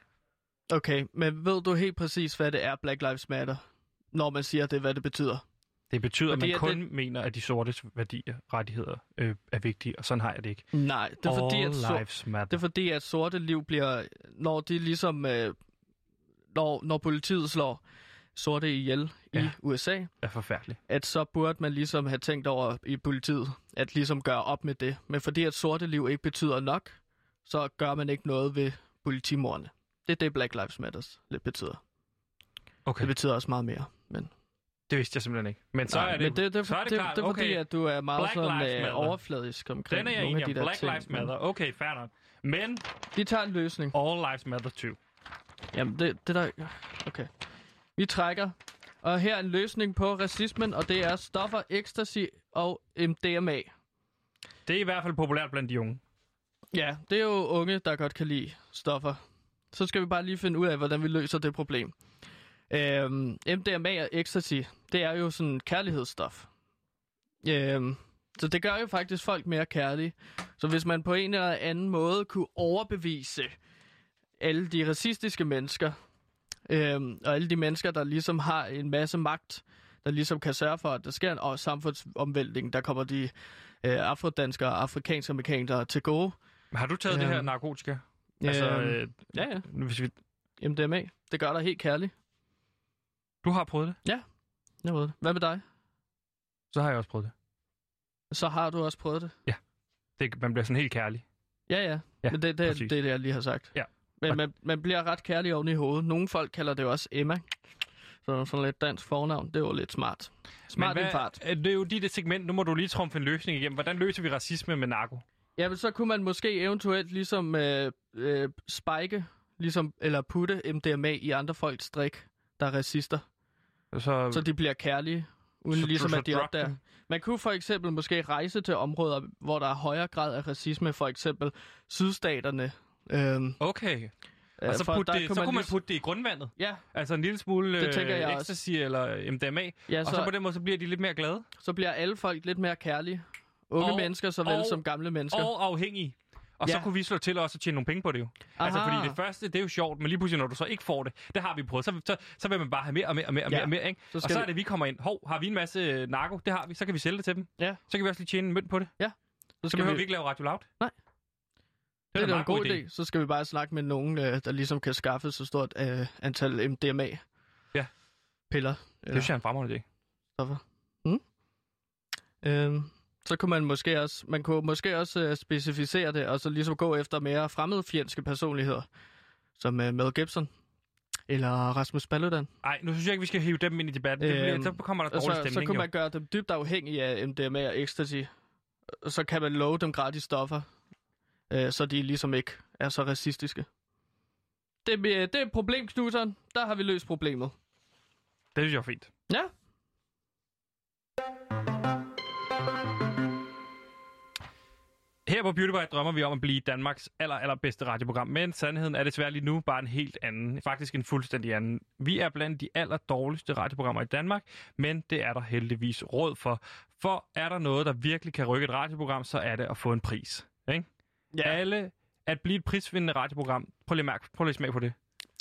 Okay, men ved du helt præcis, hvad det er, Black Lives Matter, når man siger det, hvad det betyder? Det betyder, fordi, at man at kun det... mener, at de sortes værdier, rettigheder øh, er vigtige, og sådan har jeg det ikke. Nej, det er, fordi, all at so... lives matter. det er fordi, at sorte liv bliver, når de ligesom, øh, når, når politiet slår sorte ihjel ja. i U S A, Det er forfærdeligt. at så burde man ligesom have tænkt over i politiet, at ligesom gøre op med det. Men fordi at sorte liv ikke betyder nok, så gør man ikke noget ved politimordene. Det er det, Black Lives Matter lidt betyder. Okay. Det betyder også meget mere, men... Det vidste jeg simpelthen ikke. Men så Nej, er det, men det, det, så er det, det, klart. det er fordi, okay. at du er meget Black sådan øh, overfladisk omkring Den er jeg nogle enig af om. de der Black ting. Lives Matter. Okay, fair nok. Men Vi tager en løsning. all lives matter too. Jamen, det, det der... Okay. Vi trækker. Og her er en løsning på racismen, og det er stoffer, ecstasy og M D M A. Det er i hvert fald populært blandt de unge. Ja, det er jo unge, der godt kan lide stoffer. Så skal vi bare lige finde ud af, hvordan vi løser det problem. Øhm, M D M A og ecstasy, det er jo sådan kærlighedsstof. Øhm, så det gør jo faktisk folk mere kærlige. Så hvis man på en eller anden måde kunne overbevise alle de racistiske mennesker, øhm, og alle de mennesker, der ligesom har en masse magt, der ligesom kan sørge for, at der sker en samfundsomvæltning, der kommer de øh, afrodanskere og afrikanske amerikanere til gode. Har du taget øhm, det her narkotika? Altså, øh, ja, ja. Hvis vi... M D M A, det gør dig helt kærlig. Du har prøvet det? Ja, jeg ved det. Hvad med dig? Så har jeg også prøvet det. Så har du også prøvet det? Ja. Det, man bliver sådan helt kærlig. Ja, ja. ja Men det, det, det er det, jeg lige har sagt. Ja. Men man, man bliver ret kærlig oven i hovedet. Nogle folk kalder det også Emma. Så sådan lidt dansk fornavn. Det var lidt smart. Smart Men hvad, fart. Det er jo dit segment. Nu må du lige trumfe en løsning igennem. Hvordan løser vi racisme med narko? Ja, men så kunne man måske eventuelt ligesom øh, øh, spike, ligesom, eller putte M D M A i andre folks drik, der er racister. Så, så de bliver kærlige, uden så, ligesom så, at de opdager. Dem. Man kunne for eksempel måske rejse til områder, hvor der er højere grad af racisme, for eksempel sydstaterne. Øhm, okay. Og så, putte det, så kunne man lige... putte det i grundvandet? Ja. Altså en lille smule det tænker jeg ecstasy også. eller M D M A. Ja, og så, så på den måde, så bliver de lidt mere glade? Så bliver alle folk lidt mere kærlige. Unge og, mennesker, såvel og, som gamle mennesker. Og afhængige. Og ja. Så kunne vi slå til også at tjene nogle penge på det jo. Aha. Altså fordi det første, det er jo sjovt, men lige pludselig når du så ikke får det, det har vi prøvet, så, så, så vil man bare have mere og mere og mere og ja. mere, og mere ikke? Så og så er det, vi kommer ind. Hov, har vi en masse narko? Det har vi, så kan vi sælge det til dem. Ja. Så kan vi også lige tjene en mønt på det. Ja. Så, så behøver vi ikke lave Radio Loud. Nej. Det er, det er en god idé. idé. Så skal vi bare snakke med nogen, der ligesom kan skaffe så stort uh, antal M D M A. Ja. Piller. Det synes jeg er en fremragende idé. Stoffer. Mm. Øhm. Så kunne man måske også, man kunne måske også uh, specificere det, og så ligesom gå efter mere fremmedfjendske personligheder, som uh, Mel Gibson eller Rasmus Paludan. Nej, nu synes jeg ikke, vi skal hive dem ind i debatten. Det bliver, øhm, så kommer der dårlig så, stemning. Så kunne jo. man gøre dem dybt afhængige af M D M A og ecstasy, og så kan man love dem gratis stoffer, uh, så de ligesom ikke er så racistiske. Det, uh, det er problemknuseren. Der har vi løst problemet. Det synes jeg er fint. Ja. Her på Beauty By drømmer vi om at blive Danmarks aller, allerbedste radioprogram, men sandheden er desværre lige nu bare en helt anden, faktisk en fuldstændig anden. Vi er blandt de aller dårligste radioprogrammer i Danmark, men det er der heldigvis råd for. For er der noget, der virkelig kan rykke et radioprogram, så er det at få en pris. Ikke? Ja. Alle at blive et prisvindende radioprogram. Prøv lige, mærke, prøv lige at smage på det.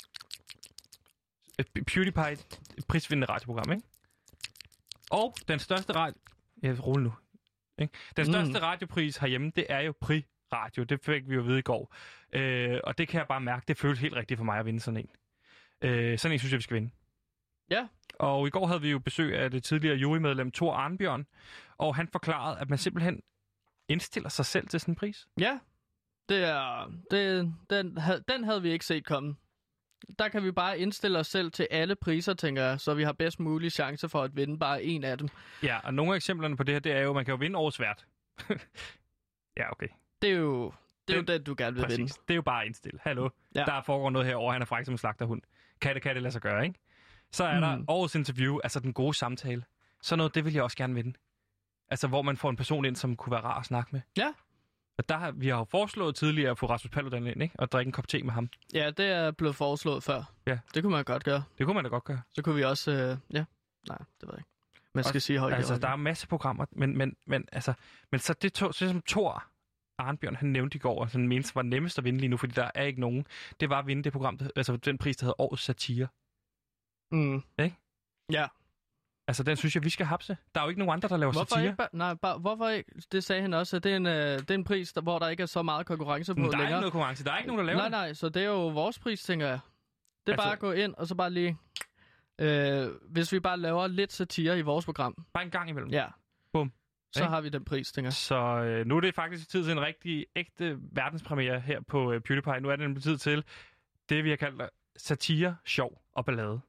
Et PewDiePie, et prisvindende radioprogram, ikke? Og den største radio... Ja, rolig nu. Ikke? Den største mm. radiopris herhjemme, det er jo Pri Radio. Det fik vi jo vide i går. Øh, og det kan jeg bare mærke, det føles helt rigtigt for mig at vinde sådan en. Øh, sådan en synes jeg, vi skal vinde. Ja. Og i går havde vi jo besøg af det tidligere jurymedlem Thor Arnbjørn, og han forklarede, at man simpelthen indstiller sig selv til sådan en pris. Ja, det er, det, den, den havde vi ikke set komme. Der kan vi bare indstille os selv til alle priser, tænker jeg, så vi har bedst mulig chance for at vinde bare en af dem. Ja, og nogle af eksemplerne på det her, det er jo, man kan jo vinde årets vært. Ja, okay. Det er jo det, er jo det, det du gerne vil præcis. vinde. Det er jo bare indstille. Hallo, ja. Der foregår noget herovre, han er fræk som en slagterhund. Kan det, kan det lade sig gøre, ikke? Så er mm. der årets interview, altså den gode samtale. Sådan noget, det vil jeg også gerne vinde. Altså, hvor man får en person ind, som kunne være rar at snakke med. Ja. Og der har, vi har jo foreslået tidligere at få Rasmus Paludan ind, ikke? Og drikke en kop te med ham. Ja, det er blevet foreslået før. Ja. Det kunne man godt gøre. Det kunne man da godt gøre. Så kunne vi også... Øh, ja, nej, det ved jeg ikke. Man skal også, sige højt. Altså, der er masser af programmer, men, men, men, altså, men så det to, så som Thor Arnbjørn, han nævnte i går, og sådan mente, var nemmest at vinde lige nu, fordi der er ikke nogen. Det var at vinde det program, der, altså den pris, der hedder Årets Satire. Mm. Ikke? Ja. Altså, den synes jeg, vi skal hapse. Der er jo ikke nogen andre, der laver hvorfor satire. Ikke, nej, bare, hvorfor ikke? Det sagde han også, at det er en, øh, det er en pris, der, hvor der ikke er så meget konkurrence på længere. Der er længere. ikke noget konkurrence. Der er ikke nogen, der laver Nej, nej, så det er jo vores pris, tænker jeg. Det er altså, bare at gå ind, og så bare lige... Øh, hvis vi bare laver lidt satire i vores program. Bare en gang imellem. Ja. Bum. Så har vi den pris, tænker jeg. Så øh, nu er det faktisk tid til en rigtig ægte verdenspremiere her på øh, PewDiePie. Nu er det en tid til det, vi har kaldt satire, sjov og ballade.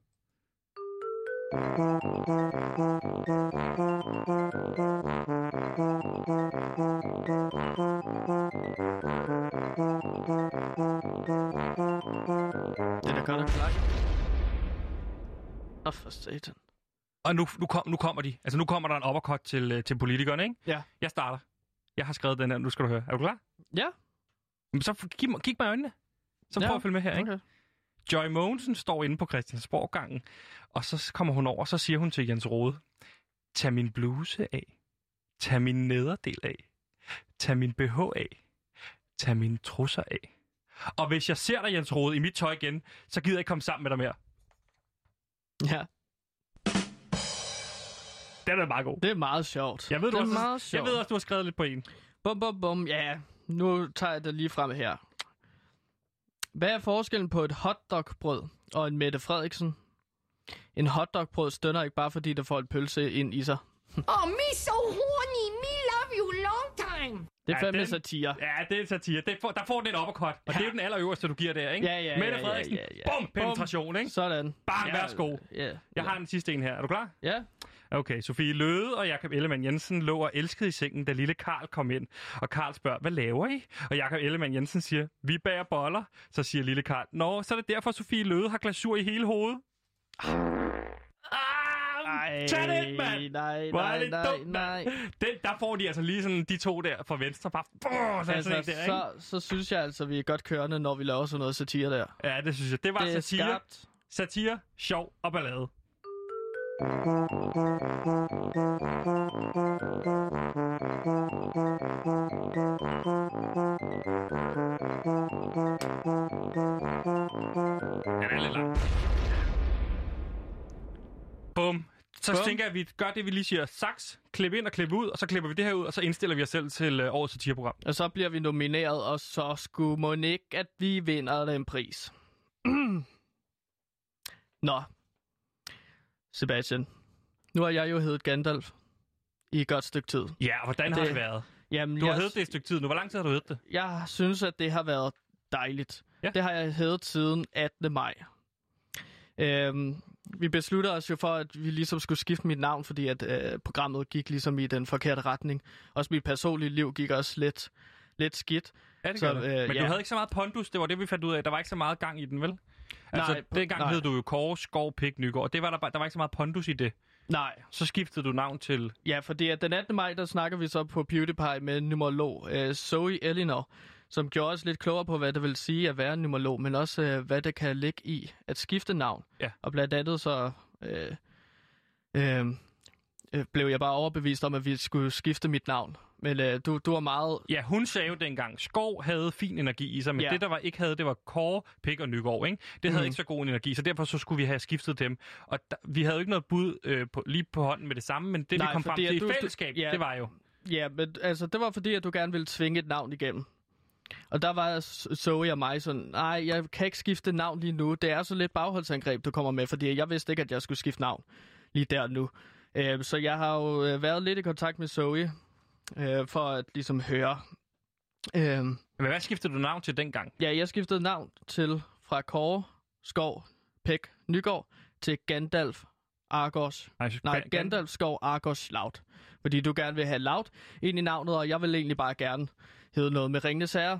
Det er da godt at klare. Åh, for satan. Og nu, nu, kom, nu kommer de. Altså, nu kommer der en uppercut til, til politikerne, ikke? Ja. Jeg starter. Jeg har skrevet den her. Nu skal du høre. Er du klar? Ja. Men så kig, kig mig i øjnene. Så prøv ja. at følge med her, ikke? Okay. Joy Mogensen står inde på Christiansborg-gangen, og så kommer hun over, og så siger hun til Jens Rohde, tag min bluse af, tag min nederdel af, tag min B H af, tag mine trusser af. Og hvis jeg ser dig, Jens Rohde, i mit tøj igen, så gider jeg ikke komme sammen med dig mere. Ja. Den er meget god. Det er meget sjovt. Jeg ved, det du er også, meget sjovt. Jeg ved også, du har skrevet lidt på en. Bum, bum, bum. Ja, nu tager jeg det lige frem her. Hvad er forskellen på et hotdogbrød og en Mette Frederiksen? En hotdogbrød stønner ikke bare, fordi der får et pølse ind i sig. Oh, me so horny. Me love you long time. Det er ja, fandme den, satire. Ja, det er satire. Det får, der får den en uppercut. Og ja. Det er jo den allerøverste, du giver der, ikke? Ja, ja, Mette ja, Frederiksen. ja, ja, ja. Bum, penetration, ikke? Sådan. Bang, ja, værsgo. Ja, ja. Jeg har den sidste en her. Er du klar? Ja. Okay, Sofie Løde og Jakob Ellemann Jensen lå og elskede i sengen, da lille Karl kom ind. Og Karl spørger, hvad laver I? Og Jakob Ellemann Jensen siger, vi bager boller. Så siger lille Karl, nå, så er det derfor, Sofie Løde har glasur i hele hovedet. Ah, Ej, tag det, mand! Nej, Hvor er nej, det nej, dumt, nej. Den, der får de altså lige sådan de to der fra venstre. Bare, brrr, så, altså, sådan der, ikke? så, så synes jeg altså, vi er godt kørende, når vi laver sådan noget satire der. Ja, det synes jeg. Det var det satire, skarpt. satire, sjov og ballade. Den er lidt lang. Bum. Så Bum. tænker jeg, at vi gør det, vi lige siger. Saks, klip ind og klip ud, og så klipper vi det her ud, og så indstiller vi os selv til uh, årets satireprogram. Og så bliver vi nomineret, og så skulle må ikke, at vi vinder den pris. Nå. Sebastian. Nu har jeg jo heddet Gandalf i et godt stykke tid. Ja, og hvordan det, har det været? Jamen, du har jeg, heddet det et stykke tid nu. Hvor lang tid har du heddet det? Jeg synes, at det har været dejligt. Ja. Det har jeg heddet siden attende maj. Øhm, vi besluttede os jo for, at vi ligesom skulle skifte mit navn, fordi at øh, programmet gik ligesom i den forkerte retning. Også mit personlige liv gik også lidt, lidt skidt. Ja, det så, det. Øh, Men ja. du havde ikke så meget pondus, det var det, vi fandt ud af. Der var ikke så meget gang i den, vel? Altså, nej, dengang nej. hed du jo Kåre, Skov, Pik, Nygaard. Det var der, der var ikke så meget pondus i det. Nej. Så skiftede du navn til... Ja, fordi at den attende maj, der snakker vi så på PewDiePie med numerolog øh, Zoe Elinor, som gjorde os lidt klogere på, hvad det vil sige at være numerolog, men også øh, hvad det kan ligge i at skifte navn. Ja. Og blandt andet så øh, øh, øh, blev jeg bare overbevist om, at vi skulle skifte mit navn. Men øh, du, du var meget... Ja, hun sagde jo dengang, Skov havde fin energi i sig, men ja. det, der var ikke havde, det var Kåre, Pik og Nygaard, ikke? Det havde mm. ikke så god energi, så derfor så skulle vi have skiftet dem. Og der, vi havde jo ikke noget bud øh, på, lige på hånden med det samme, men det, Nej, vi kom frem til du, i fællesskab, du, ja, det var jo... Ja, men altså, det var fordi, at du gerne ville tvinge et navn igennem. Og der var Zoe og mig sådan, nej, jeg kan ikke skifte navn lige nu. Det er så lidt bagholdsangreb, du kommer med, fordi jeg vidste ikke, at jeg skulle skifte navn lige der nu. Øh, så jeg har jo været lidt i kontakt med Zoe, øh, for at ligesom høre. Øh, Men hvad skiftede du navn til dengang? Ja, jeg skiftede navn til fra Kåre Skov Pæk Nygaard til Gandalf Argos. Nej, Nej Gandalf Skov Argos Laut. Fordi du gerne vil have Laut ind i navnet, og jeg vil egentlig bare gerne hedde noget med Ringenes Herre.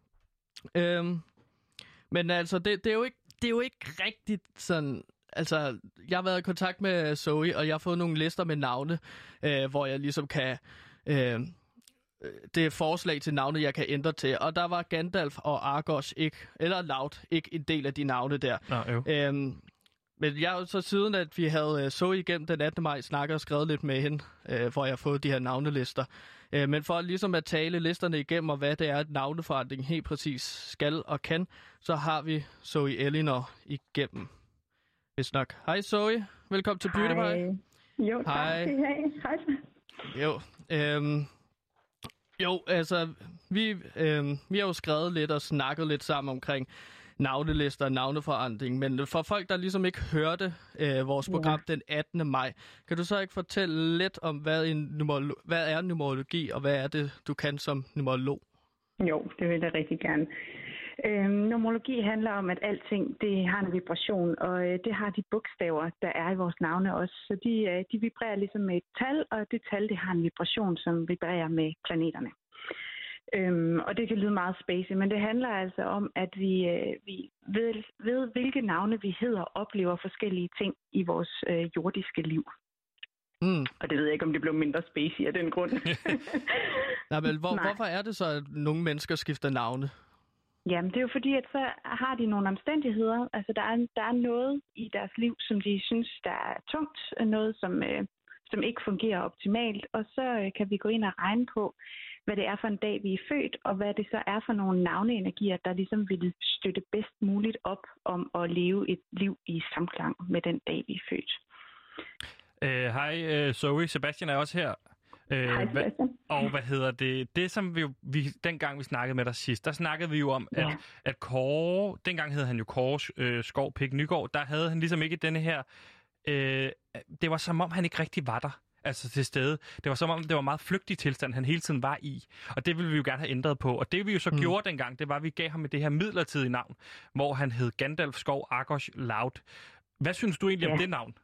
Øhm, men altså, det, det, er jo ikke, det er jo ikke rigtigt sådan... Altså, jeg har været i kontakt med Zoe, og jeg har fået nogle lister med navne, øh, hvor jeg ligesom kan... Øh, det er forslag til navne, jeg kan ændre til. Og der var Gandalf og Argos ikke, eller Laut, ikke en del af de navne der. Nå, øhm, men jeg så siden, at vi havde Zoe igennem den attende maj, snakket og skrevet lidt med hende, øh, hvor jeg har fået de her navnelister. Øh, men for ligesom at tale listerne igennem, og hvad det er, at navneforandring helt præcis skal og kan, så har vi Zoe Elinor igennem. Hvis nok. Hej Zoe, velkommen til Beauty Pie. Jo, tak. Hej. Hej. Jo, øhm, jo, altså, vi, øhm, vi har jo skrevet lidt og snakket lidt sammen omkring navnelister og navneforandring, men for folk, der ligesom ikke hørte øh, vores program ja. den attende maj, kan du så ikke fortælle lidt om, hvad, en numerolo- hvad er numerologi, og hvad er det, du kan som numerolog? Jo, det vil jeg rigtig gerne. Øhm, numerologi handler om, at alting det har en vibration, og øh, det har de bogstaver, der er i vores navne også. Så de, øh, de vibrerer ligesom med et tal, og det tal det har en vibration, som vibrerer med planeterne. Øhm, og det kan lyde meget spacey, men det handler altså om, at vi, øh, vi ved, ved, hvilke navne vi hedder, oplever forskellige ting i vores øh, jordiske liv. Mm. Og det ved jeg ikke, om det blev mindre spacey af den grund. Nej, men hvor, hvorfor er det så, at nogle mennesker skifter navne? Jamen, det er jo fordi, at så har de nogle omstændigheder. Altså, der er, der er noget i deres liv, som de synes, der er tungt. Noget, som, øh, som ikke fungerer optimalt. Og så øh, kan vi gå ind og regne på, hvad det er for en dag, vi er født, og hvad det så er for nogle navneenergier, der ligesom vil støtte bedst muligt op om at leve et liv i samklang med den dag, vi er født. Hej, uh, uh, Zoe. Sebastian er også her. Uh, Hej, hva- og hvad hedder det? Det, som vi, vi dengang vi snakkede med dig sidst, der snakkede vi jo om, ja. at, at Kåre, dengang hed han jo Kåre uh, Skov Pæk Nygaard, der havde han ligesom ikke denne her... Uh, det var som om, han ikke rigtig var der. Altså til stede. Det var som om, det var meget flygtig tilstand, han hele tiden var i. Og det ville vi jo gerne have ændret på. Og det vi jo så mm. gjorde dengang, det var, at vi gav ham det her midlertidige navn, hvor han hed Gandalf Skov Argos Laut. Hvad synes du egentlig ja. om det navn?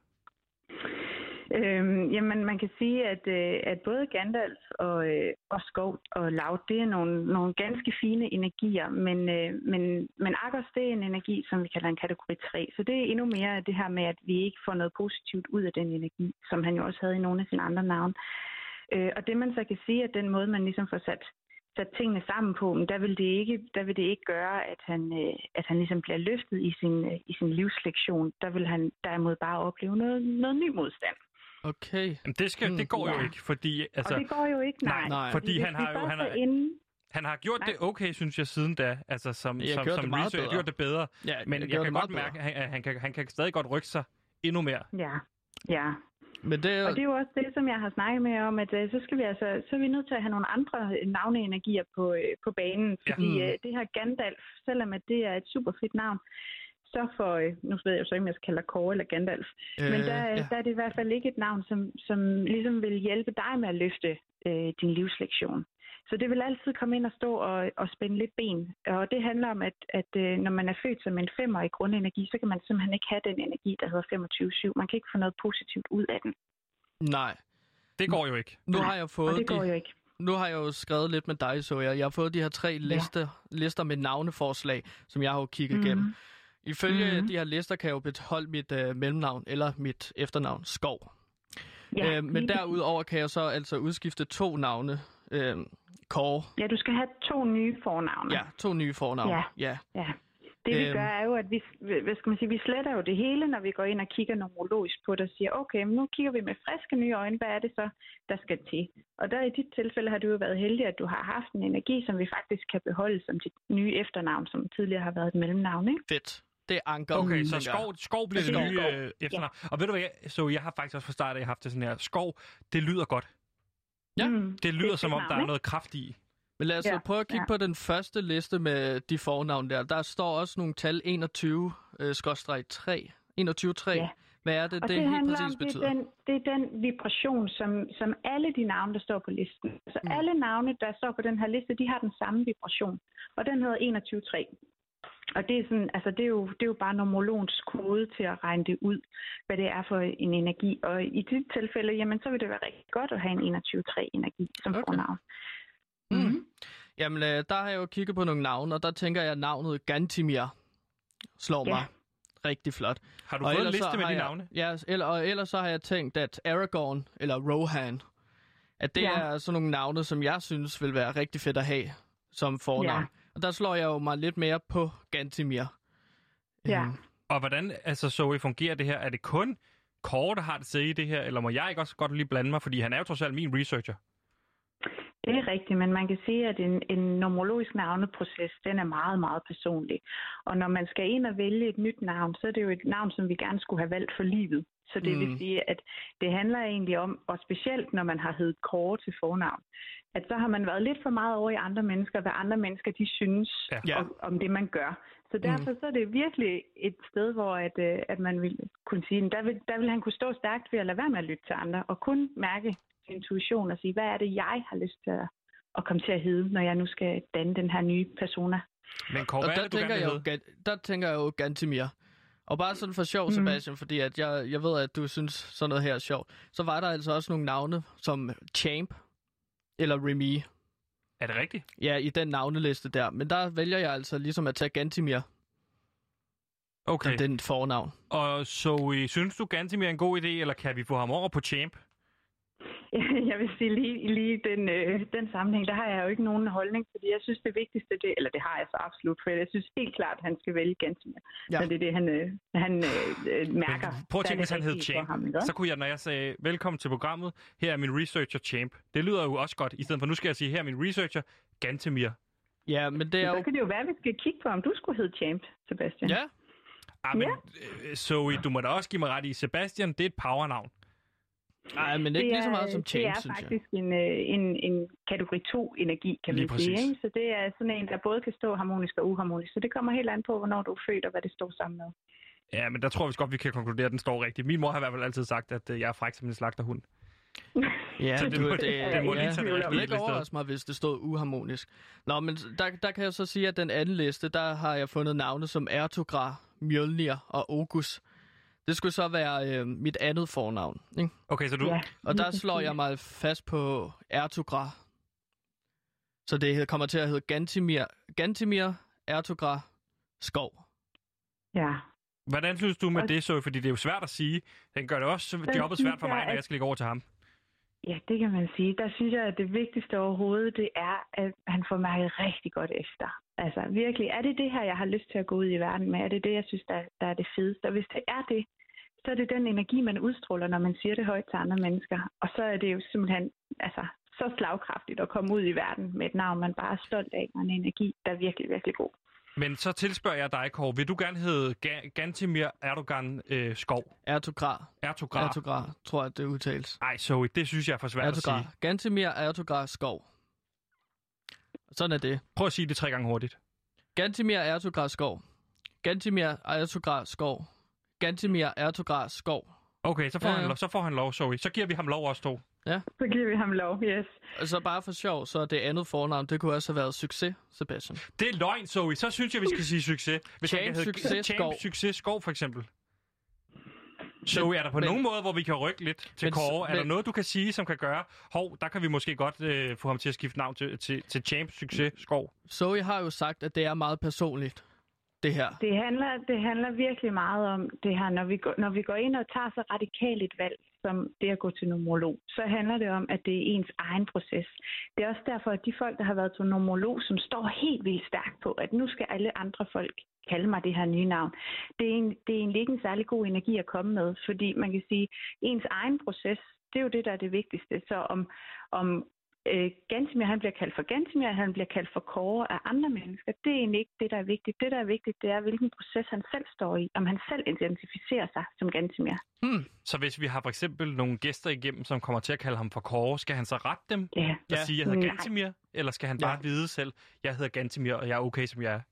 Øhm, jamen, man kan sige, at, øh, at både Gandalf og, øh, og Skov og Laut, det er nogle, nogle ganske fine energier, men, øh, men, men Argos, det er en energi, som vi kalder en kategori tre, så det er endnu mere det her med, at vi ikke får noget positivt ud af den energi, som han jo også havde i nogle af sine andre navne. Øh, og det man så kan sige, at den måde, man ligesom får sat, sat tingene sammen på, men der vil det ikke, der vil det ikke gøre, at han, øh, at han ligesom bliver løftet i sin, øh, i sin livslektion. Der vil han derimod bare opleve noget, noget ny modstand. Okay. Jamen det, skal, det går ja. jo ikke, fordi... Altså, og det går jo ikke, nej. nej fordi, fordi han har jo... Han har, inde... han har gjort nej. det okay, synes jeg, siden da. Altså, som, jeg som, som research, gjort det bedre. Ja, men jeg, jeg kan godt mærke, at han, han, kan, han kan stadig godt rykke sig endnu mere. Ja, ja. Men det er... Og det er jo også det, som jeg har snakket med om, at så skal vi altså, så er vi nødt til at have nogle andre navneenergier på, på banen. Fordi ja. det her Gandalf, selvom at det er et super fedt navn, så for, nu ved jeg så ikke, om jeg skal kalde dig Kåre eller Gandalf, øh, men der, ja. der er det i hvert fald ikke et navn, som, som ligesom vil hjælpe dig med at løfte øh, din livslektion. Så det vil altid komme ind og stå og, og spænde lidt ben. Og det handler om, at, at øh, når man er født som en femmer i grundenergi, så kan man simpelthen ikke have den energi, der hedder femogtyve syv. Man kan ikke få noget positivt ud af den. Nej. Det går jo ikke. Nu har jeg fået og det går de... jo ikke. Nu har jeg jo skrevet lidt med dig, så jeg. Jeg har fået de her tre lister, ja. lister med navneforslag, som jeg har jo kigget mm-hmm. igennem. Ifølge mm-hmm. de her lister kan jeg jo beholde mit øh, mellemnavn eller mit efternavn, Skov. Ja, øh, men derudover kan jeg så altså udskifte to navne, øh, Kåre. Ja, du skal have to nye fornavne. Ja, to nye fornavne, ja. ja. ja. Det vi øhm. gør er jo, at vi, hvad skal man sige, vi sletter jo det hele, når vi går ind og kigger numerologisk på det og siger, okay, men nu kigger vi med friske nye øjne, hvad er det så, der skal til? Og der i dit tilfælde har du jo været heldig, at du har haft en energi, som vi faktisk kan beholde som dit nye efternavn, som tidligere har været et mellemnavn, ikke? Fedt. Det er Anker. Okay, så skov, skov bliver det nye øh, efternavn. Ja. Og ved du hvad, jeg, så jeg har faktisk også fra start af haft det sådan her, Skov, det lyder godt. Ja. Mm, det lyder det som om, der er noget kraft i. Men lad os ja, prøve at kigge ja. på den første liste med de fornavn der. Der står også nogle tal enogtyve tre. enogtyve tre. Ja. Hvad er det, og det, det helt præcis om, betyder? Det er, den, det er den vibration, som, som alle de navne, der står på listen. Så mm. alle navne, der står på den her liste, de har den samme vibration. Og den hedder enogtyve tre. Og det er, sådan, altså det, er jo, det er jo bare numerologens kode til at regne det ud, hvad det er for en energi. Og i dit tilfælde, jamen, så vil det være rigtig godt at have en enogtyve tre energi som okay. fornavn. Mm. Mm. Jamen, der har jeg jo kigget på nogle navne, og der tænker jeg, at navnet Gantimir slår mig ja. rigtig flot. Har du og fået en liste med de navne? Ja, eller, og ellers så har jeg tænkt, at Aragorn eller Rohan, at det ja. er sådan nogle navne, som jeg synes vil være rigtig fedt at have som fornavn. Ja. Og der slår jeg jo mig lidt mere på Gantimir. Ja. Um, og hvordan, altså Zoe, fungerer det her? Er det kun Kåre, der har det sige i det her, eller må jeg ikke også godt lige blande mig, fordi han er jo trods alt min researcher? Det er rigtigt, men man kan sige, at en, en numerologisk navneproces, den er meget, meget personlig. Og når man skal ind og vælge et nyt navn, så er det jo et navn, som vi gerne skulle have valgt for livet. Så det mm. vil sige, at det handler egentlig om, og specielt når man har heddet Kåre til fornavn, at så har man været lidt for meget over i andre mennesker, hvad andre mennesker de synes ja. om, om det, man gør. Så derfor mm. så er det virkelig et sted, hvor at, at man vil kunne sige, der vil, der vil han kunne stå stærkt ved at lade være med at lytte til andre, og kun mærke intuition og sige, hvad er det, jeg har lyst til at, at komme til at hedde, når jeg nu skal danne den her nye persona. Men Kåre, hvad er det, du gerne vil hedde? Der tænker jeg jo Gantimir. Og bare sådan for sjov, Sebastian, mm. fordi at jeg, jeg ved, at du synes sådan noget her er sjovt. Så var der altså også nogle navne som Champ eller Remy. Er det rigtigt? Ja, i den navneliste der. Men der vælger jeg altså ligesom at tage Gantimir. Okay. Den fornavn. Og så synes du, Gantimir er en god idé, eller kan vi få ham over på Champ? Jeg vil sige lige, lige den, øh, den sammenhæng, der har jeg jo ikke nogen holdning, fordi jeg synes det vigtigste, det, eller det har jeg så absolut, for jeg synes helt klart, at han skal vælge Gantimir. Ja. Så det er det, han, øh, han øh, mærker. Men prøv at tænke, hvis han hed Champ. Ham, så kunne jeg, når jeg sagde, velkommen til programmet, her er min researcher Champ. Det lyder jo også godt, i stedet for nu skal jeg sige, her er min researcher Gantimir. Ja, men det er jo... Så kan det jo være, at vi skal kigge på, om du skulle hedde Champ, Sebastian. Ja. Ah, men ja. Zoe, du må da også give mig ret i, Sebastian, det er et powernavn. Nej, men ikke lige så meget som Champ, synes jeg. Det er faktisk en, en, en kategori to energi, kan man sige. Ikke? Så det er sådan en, der både kan stå harmonisk og uharmonisk. Så det kommer helt an på, hvornår du er født og hvad det står sammen med. Ja, men der tror vi godt, vi kan konkludere, at den står rigtigt. Min mor har i hvert fald altid sagt, at jeg er fræk som en slagterhund. Ja, så det, du, må, det, det må ja, lige tage det. Det ville ikke overraske mig, hvis det stod uharmonisk. Nå, men der, der kan jeg så sige, at den anden liste, der har jeg fundet navne som Ertugrar, Mjølnir og Ogus. Det skulle så være øh, mit andet fornavn, ikke? Okay, så du... Ja, og der slår jeg mig fast på Ertugrar. Så det kommer til at hedde Gantimir, Gantimir Ertugrar Skov. Ja. Hvordan synes du med og... det så? Fordi det er jo svært at sige. Den gør det også jobbet svært for mig, jeg, når jeg skal ligge over til ham. Ja, det kan man sige. Der synes jeg, at det vigtigste overhovedet, det er, at han får mærket rigtig godt efter. Altså virkelig, er det det her, jeg har lyst til at gå ud i verden med? Er det det, jeg synes, der, der er det fedeste? Og hvis det er det, så er det den energi, man udstråler, når man siger det højt til andre mennesker. Og så er det jo simpelthen altså, så slagkraftigt at komme ud i verden med et navn, man bare er stolt af, og en energi, der er virkelig, virkelig god. Men så tilspørger jeg dig, Kåre. Vil du gerne hedde Ga- Gantimir Erdogan øh, Skov? Ertugrar. Ertugrar. Ertugrar, tror jeg, det udtales. Ej, Zoe, det synes jeg er for svært Ertugrar. at sige. Gantimir Ertugrar Skov. Sådan er det. Prøv at sige det tre gange hurtigt. Gantimir Ertugrar Skov. Gantimir Ertugrar Skov. Gantimir Ertugrar Skov. Okay, så får, ja, ja. Han, så får han lov, Zoe. Så giver vi ham lov også to. Ja. Så giver vi ham lov, yes. Og så bare for sjov, så det andet fornavn, det kunne også have været Succes, Sebastian. Det er løgn, Zoe. Så synes jeg, vi skal sige Succes. Hvis Champ Succes Skov. Champ Succes Skov, for eksempel. Zoe, er der på men, nogen måde, hvor vi kan rykke lidt til men, Kåre? Er men, der noget, du kan sige, som kan gøre, hov, der kan vi måske godt øh, få ham til at skifte navn til, til, til Champ Succes Skov? Zoe har jo sagt, at det er meget personligt, det her. Det handler, det handler virkelig meget om det her, når vi, går, når vi går ind og tager så radikalt et valg, som det at gå til numerolog, så handler det om, at det er ens egen proces. Det er også derfor, at de folk, der har været til numerolog, som står helt vildt stærkt på, at nu skal alle andre folk kalde mig det her nye navn. Det er, en, det er egentlig ikke en særlig god energi at komme med, fordi man kan sige, ens egen proces, det er jo det, der er det vigtigste. Så om, om Øh, Gantemir, han bliver kaldt for Gantemir, han bliver kaldt for Kåre af andre mennesker. Det er egentlig ikke det, der er vigtigt. Det, der er vigtigt, det er, hvilken proces han selv står i, om han selv identificerer sig som Gantemir. Hmm. Så hvis vi har for eksempel nogle gæster igennem, som kommer til at kalde ham for Kåre, skal han så rette dem Ja. og Ja. sige, at jeg hedder Nej. Gantemir? Eller skal han bare Ja. vide selv, jeg hedder Gantemir, og jeg er okay, som jeg er?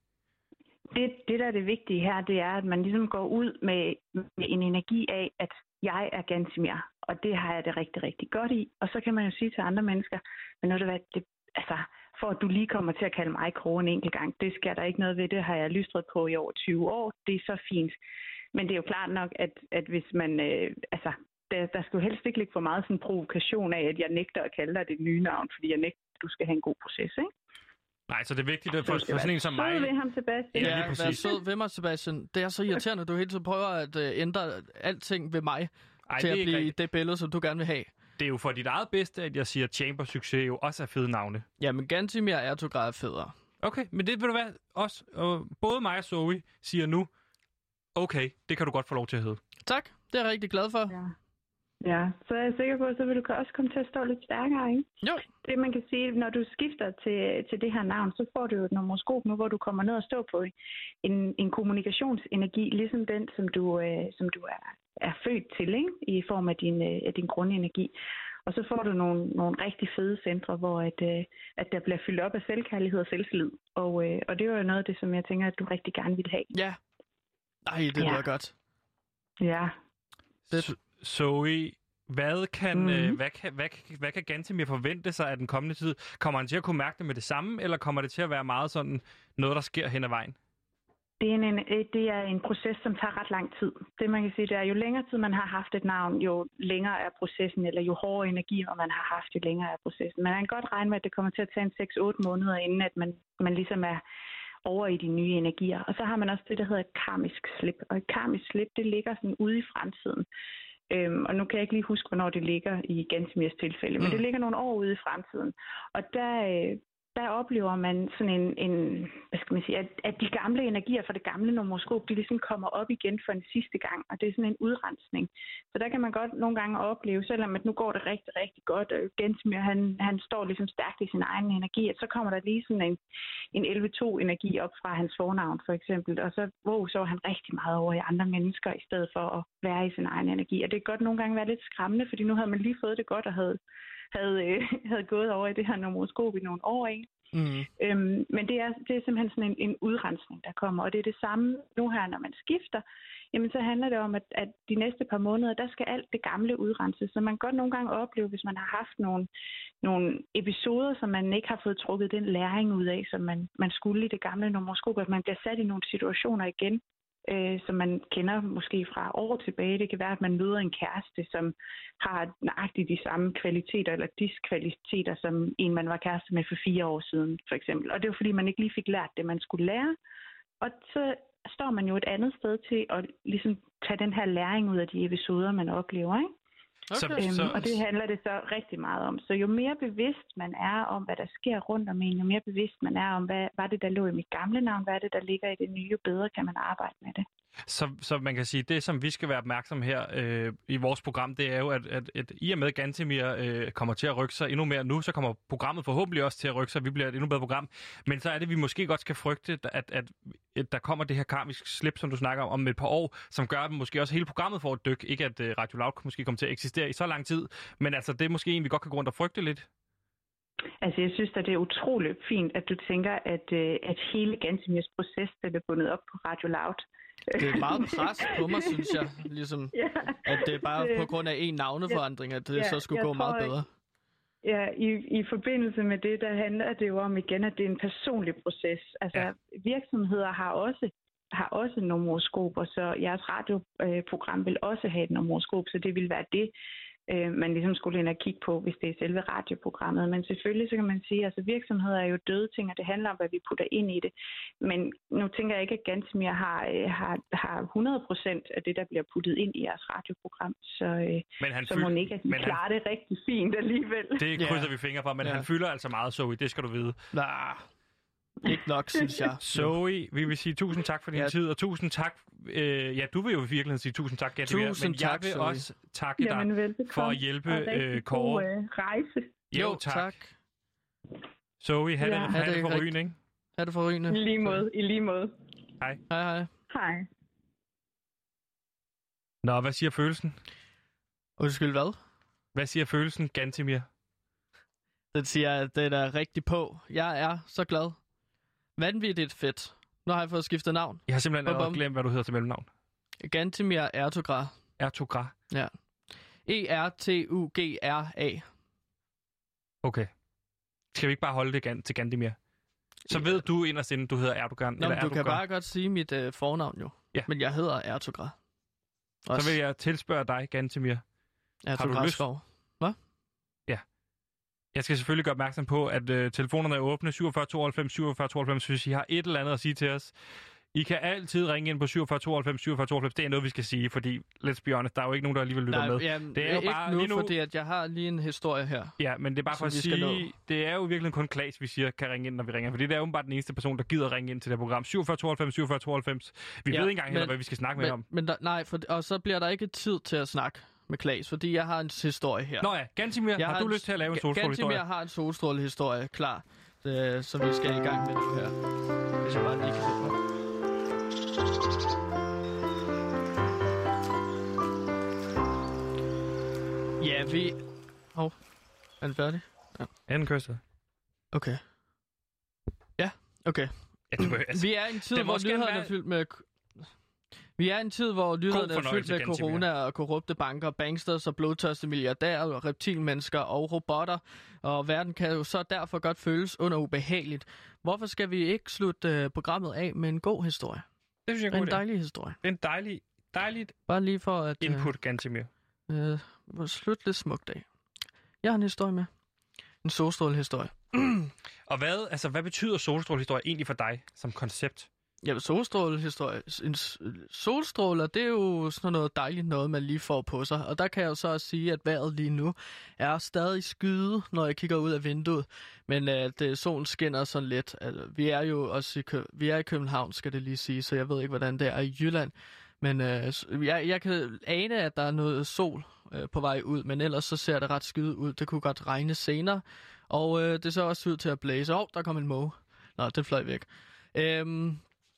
Det, det, der er det vigtige her, det er, at man ligesom går ud med, med en energi af, at jeg er Gantemir, og det har jeg det rigtig, rigtig godt i. Og så kan man jo sige til andre mennesker, men nu er det, hvad, det altså, for at du lige kommer til at kalde mig Kåre en enkelt gang, det skal der ikke noget ved, det har jeg lystret på i over tyve år, det er så fint. Men det er jo klart nok, at, at hvis man, øh, altså, der, der skal jo helst ikke ligge for meget sådan en provokation af, at jeg nægter at kalde dig dit nye navn, fordi jeg nægter, at du skal have en god proces, ikke? Nej, så det er vigtigt at for, Så for sådan en som mig. sød ved ham, Sebastian. Ja, Ja, lige vær præcis. sød ved mig, Sebastian. Det er så irriterende, at du hele tiden prøver at uh, ændre alting ved mig Ej, til det er at ikke blive rigtigt. det billede, som du gerne vil have. Det er jo for dit eget bedste, at jeg siger, at Chamber Succes jo også er fede navne. Jamen, Gantemir Ertograd er federe. Okay, men det vil du være også. Og både mig og Zoe siger nu, okay, det kan du godt få lov til at hedde. Tak, det er jeg rigtig glad for. Ja. Ja, så er jeg sikker på, at så vil du også komme til at stå lidt stærkere, ikke? Jo. Det man kan sige, når du skifter til, til det her navn, så får du jo et nomoskop nu, hvor du kommer ned og stå på en, en kommunikationsenergi, ligesom den, som du, øh, som du er, er født til, ikke? I form af din, øh, af din grundenergi. Og så får du nogle, nogle rigtig fede centre, hvor at, øh, at der bliver fyldt op af selvkærlighed og selvtillid. Og, øh, og det er jo noget af det, som jeg tænker, at du rigtig gerne vil have. Ja. Ej, det lyder Ja. godt. Ja. Så, Zoe, hvad kan, Mhm. øh, hvad, kan, hvad, kan- hvad kan Gantemir forvente sig af den kommende tid? Kommer han til at kunne mærke det med det samme, eller kommer det til at være meget sådan noget, der sker hen ad vejen? Det er, en, det er en proces, som tager ret lang tid. Det man kan sige, det er, jo længere tid man har haft et navn, jo længere er processen, eller jo hårdere energi man har haft, jo længere er processen. Man kan godt regne med, at det kommer til at tage en seks otte måneder, inden at man, man ligesom er over i de nye energier. Og så har man også det, der hedder et karmisk slip. Og et karmisk slip, det ligger sådan ude i fremtiden. Øhm, og nu kan jeg ikke lige huske, hvornår det ligger i Gantemirs tilfælde, men Mm. det ligger nogle år ude i fremtiden. Og der, øh, der oplever man sådan en, en hvad skal man sige, at, at de gamle energier fra det gamle nomoskop, de ligesom kommer op igen for en sidste gang, og det er sådan en udrensning. Så der kan man godt nogle gange opleve, selvom at nu går det rigtig, rigtig godt, og Gantemir, han, han står ligesom stærkt i sin egen energi, at så kommer der lige sådan en, en elleve to-energi op fra hans fornavn, for eksempel, og så, wow, så er han rigtig meget over i andre mennesker, i stedet for at være i sin egen energi. Og det kan godt nogle gange være lidt skræmmende, fordi nu havde man lige fået det godt, og havde havde, øh, havde gået over i det her nomoskop i nogle år, ikke? Mm. Øhm, men det er, det er simpelthen sådan en, en udrensning, der kommer, og det er det samme nu her, når man skifter, jamen så handler det om, at, at de næste par måneder, der skal alt det gamle udrenses, så man kan godt nogle gange opleve, hvis man har haft nogle, nogle episoder, som man ikke har fået trukket den læring ud af, som man, man skulle i det gamle nomoskop, at man bliver sat i nogle situationer igen, øh, som man kender måske fra år tilbage. Det kan være, at man møder en kæreste, som har nøjagtigt de samme kvaliteter eller diskvaliteter, som en, man var kæreste med for fire år siden, for eksempel. Og det er jo, fordi man ikke lige fik lært det, man skulle lære. Og så står man jo et andet sted til at ligesom tage den her læring ud af de episoder, man oplever, ikke? Så, Okay. så, Øhm, og det handler det så rigtig meget om. Så jo mere bevidst man er om, hvad der sker rundt om en, jo mere bevidst man er om, hvad var det, der lå i mit gamle navn, hvad er det, der ligger i det nye, jo bedre kan man arbejde med det. Så, så man kan sige, det som vi skal være opmærksom her øh, i vores program, det er jo, at, at, at i og med Gantemir øh, kommer til at rykke sig endnu mere nu, så kommer programmet forhåbentlig også til at rykke sig, vi bliver et endnu bedre program. Men så er det, vi måske godt skal frygte, at, at, at der kommer det her karmisk slip, som du snakker om, om et par år, som gør, at måske også hele programmet får et dyk. Ikke at øh, Radio Loud måske kommer til at eksistere i så lang tid, men altså det er måske en, vi godt kan gå rundt og frygte lidt. Altså, jeg synes at det er utroligt fint, at du tænker, at, øh, at hele Gantemirs proces den er bundet op på Radio Loud. Det er meget pres på mig, synes jeg. Ligesom, Ja. at det er bare på grund af en navneforandring, at det Ja, så skulle jeg gå meget tror, bedre. Ja, i, i forbindelse med det, der handler det jo om igen, at det er en personlig proces. Altså, Ja. ja. virksomheder har også har også nomoskoper, så jeres radioprogram vil også have et nomoskop, så det vil være det, øh, man ligesom skulle ind og kigge på, hvis det er selve radioprogrammet. Men selvfølgelig så kan man sige, at altså, virksomheder er jo døde ting, og det handler om, hvad vi putter ind i det. Men nu tænker jeg ikke, at Gantemir har, øh, har, har hundrede procent af det, der bliver puttet ind i jeres radioprogram, så, øh, Men han så fyld- må ikke, at de men han- klarer det rigtig fint alligevel. Det Ja. krydser vi fingre for, men Ja. han fylder altså meget, Zoe, det skal du vide. Nej, ikke nok, synes jeg. Zoe, vi vil sige tusind tak for din Ja. tid, og tusind tak. Øh, ja, du vil jo i virkeligheden sige tusind tak, Gantemir, Tusind men jeg tak, vil Zoe. også takke dig Jamen, velbekomme. for at hjælpe Og rigtig øh, god, Kåre. øh, rejse. Jo, tak. Zoe, have Ja. det, have Er det det for rigtigt? rygende, ikke? Er det forrygende? I lige måde, i lige måde. Hej, hej. Hej. Nå, hvad siger følelsen? Undskyld, hvad? Hvad siger følelsen, Gantimir? Den siger, at det er rigtig på. Jeg er så glad. Vanvittigt fedt. Nu har jeg fået skiftet navn. Jeg har simpelthen Bum, bum. allerede glemt, hvad du hedder til mellemnavn. Gantimir Ertugra. Ertugra. Ja. E R T U G R A. Okay. Skal vi ikke bare holde det gan- til Gantimir? Så Ja. ved du inderst inden, du hedder Erdogan. Nå, eller men du Erdogan. kan bare godt sige mit øh, fornavn jo. Ja. Men jeg hedder Ertugra. Så vil jeg tilspørge dig, Gantimir. Ertugra lyst- Skov. Jeg skal selvfølgelig gøre opmærksom på, at øh, telefonerne er åbne syvogfyrre tooghalvfems syvogfyrre tooghalvfems, hvis I har et eller andet at sige til os. I kan altid ringe ind på syvogfyrre tooghalvfems syvogfyrre tooghalvfems. Det er noget, vi skal sige, fordi, let's be honest, der er jo ikke nogen, der alligevel lytter Nej, med. jamen, Det er jo ikke bare nu, lige nu- fordi at jeg har lige en historie her. Ja, men det er bare for Som at vi skal sige, nå. det er jo virkelig kun Klaas, vi siger, kan ringe ind, når vi ringer. Fordi det er jo bare den eneste person, der gider ringe ind til det her program. syvogfyrre tooghalvfems syvogfyrre tooghalvfems. Vi Ja, ved ikke engang heller, men- hvad vi skal snakke med Men, om. men der, nej, for, og så bliver der ikke tid til at snakke med Klaas, fordi jeg har en historie her. Nå ja, Gantimir, Jeg har du en- lyst til at lave en Ga- solstrålehistorie? Gantimir har en solstrålehistorie klar, øh, som vi skal i gang med nu her. Hvis jeg bare lige kan sætte mig. Ja, vi... Hov, oh, er den færdig? Anden kyster. Okay. Ja, okay. Ja, du, altså, Vi er i en tid, det må hvor også gerne nyhederne være- er fyldt med... Vi er i en tid, hvor nyhederne er fyldt fornøjelse, med Gantimir. corona og korrupte banker, banksters og blodtørste milliardærer, reptilmennesker og robotter. Og verden kan jo så derfor godt føles under ubehageligt. Hvorfor skal vi ikke slutte øh, programmet af med en god historie? det synes jeg er en En god idé. dejlig historie. Det er en dejlig, dejligt Bare lige for at øh, input, Gantimir. øh, slutte lidt smukt af. Jeg har en historie med. En solstrålehistorie. Og hvad, altså, hvad betyder solstrålehistorie egentlig for dig som koncept? Ja, solstrålehistorie. En s- solstråler, det er jo sådan noget dejligt noget, man lige får på sig. Og der kan jeg jo så også sige, at vejret lige nu er stadig skyde, når jeg kigger ud af vinduet. Men at uh, solen skinner sådan lidt. Altså, vi er jo også i, Kø- vi er i København, skal det lige sige, så jeg ved ikke, hvordan det er i Jylland. Men uh, s- jeg, jeg kan ane, at der er noget sol uh, på vej ud, men ellers så ser det ret skyde ud. Det kunne godt regne senere. Og uh, det ser også ud til at blæse. Åh, oh, der kom en måge. Nå, det fløj væk. Øhm,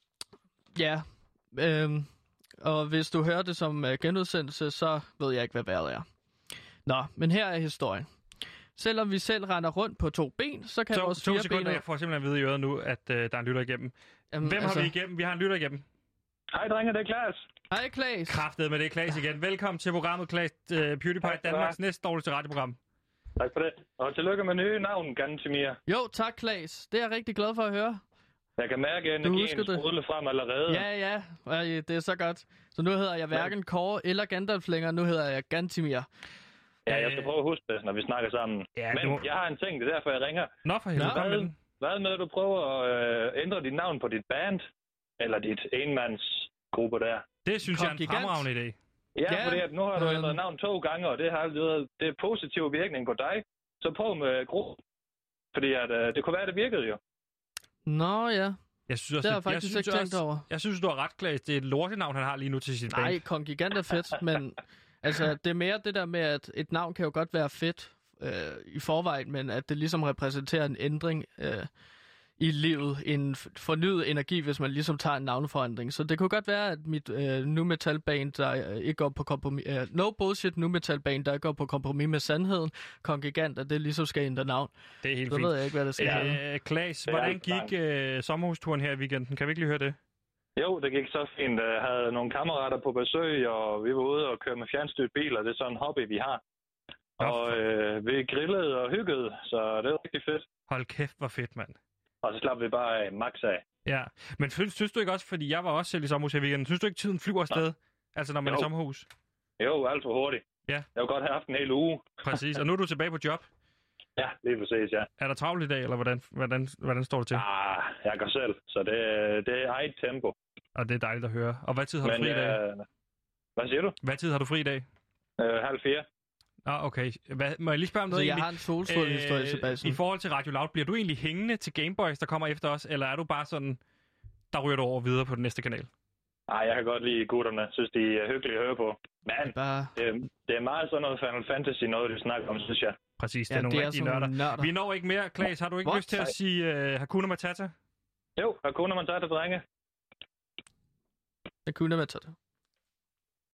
Ja, øhm, og hvis du hører det som uh, genudsendelse, så ved jeg ikke, hvad vejret er. Nå, men her er historien. Selvom vi selv render rundt på to ben, så kan To, vores to fire sekunder, ben... jeg får simpelthen at vide i øret nu, at øh, der er en lytter igennem. Jamen, Hvem altså... har vi igennem? Vi har en lytter igennem. Hej drenge, det er Klaas. Hej, Klaas. Kraftet med det, Klaas igen. Velkommen til programmet, Klaas. Uh, PewDiePie, Tak skal du Danmarks næst dårligste radioprogram. Tak for det. Og tillykke med nye navn, Gantimir. Jo, tak, Klaas. Det er jeg rigtig glad for at høre. Jeg kan mærke husker energien det. sprudle frem allerede. Ja, ja, Ej, det er så godt. Så nu hedder jeg hverken Kåre eller Gandalf længere, nu hedder jeg Gantimir. Ja, jeg skal prøve at huske det, når vi snakker sammen. Ja, Men det må- jeg har en ting, det er derfor, jeg ringer. Nå for helvede, Nå. kom med den. Hvad med, at du prøver at øh, ændre dit navn på dit band? Eller dit enmandsgruppe der? Det synes jeg er en Kongigant. fremragende idé. Ja, Ja, fordi at nu har du øhm. ændret navn to gange, og det har allerede det er positiv virkning på dig. Så prøv med gruppen. Fordi at, øh, det kunne være, det virkede jo. Nå ja, Jeg synes også, det har jeg faktisk synes ikke tænkt også, over. Jeg synes, du har ret, Klaas. Det er et lortenavn, han har lige nu til sit Nej, band. Kongigant er fedt, men altså, det er mere det der med, at et navn kan jo godt være fedt øh, i forvejen, men at det ligesom repræsenterer en ændring øh, i livet, en f- fornyet energi, hvis man ligesom tager en navneforandring. Så det kunne godt være, at mit øh, nu metal band, der øh, ikke går på kompromis, øh, no bullshit nu metal band, der går på kompromis med sandheden, Kongigant, at det ligesom skal ændre navn. Det er helt Så fint. ved jeg ikke, hvad der skal ja. Øh, Klaas, er hvordan alt gik øh, sommerhusturen her i weekenden? Kan vi ikke lige høre det? Jo, det gik så fint. Jeg havde nogle kammerater på besøg, og vi var ude og køre med fjernstyrt biler. Det er sådan en hobby, vi har. Nå, Og for- øh, vi grillede og hyggede, så det var rigtig fedt. Hold kæft, hvor fedt, mand. Og så slap vi bare af, max af. Ja, men synes, synes du ikke også, fordi jeg var også selv i sommerhus her i weekenden, synes du ikke, tiden flyver afsted? Altså, når man Jo. er i sommerhus? Jo, alt for hurtigt. Ja. Jeg har godt have haft en hel uge. Præcis. Og nu er du tilbage på job. Ja, lige præcis, ja. Er der travlt i dag, eller hvordan, hvordan, hvordan står det til? Ah, jeg går selv, så det, det er eget tempo. Og det er dejligt at høre. Og hvad tid har du Men fri i dag? øh, hvad siger du? Hvad tid har du fri i dag? Øh, halv fire. Ah, okay. Hvad, må jeg lige spørge om Så noget jeg egentlig? har en solstrålehistorie, Øh, Sebastian. I forhold til Radio Loud, bliver du egentlig hængende til Gameboys, der kommer efter os, eller er du bare sådan, der ryger du over videre på den næste kanal? Ej, jeg kan godt lide gutterne. Synes, de er hyggelige at høre på. Men Bare... det, det er meget sådan noget Final Fantasy, noget du snakker om, synes jeg. Præcis, det Ja, er nogle det er rigtige sådan nørder. nørder. Vi når ikke mere. Klaas, har du ikke What? lyst til at sige uh, Hakuna Matata? Jo, Hakuna Matata, drenge. Hakuna Matata.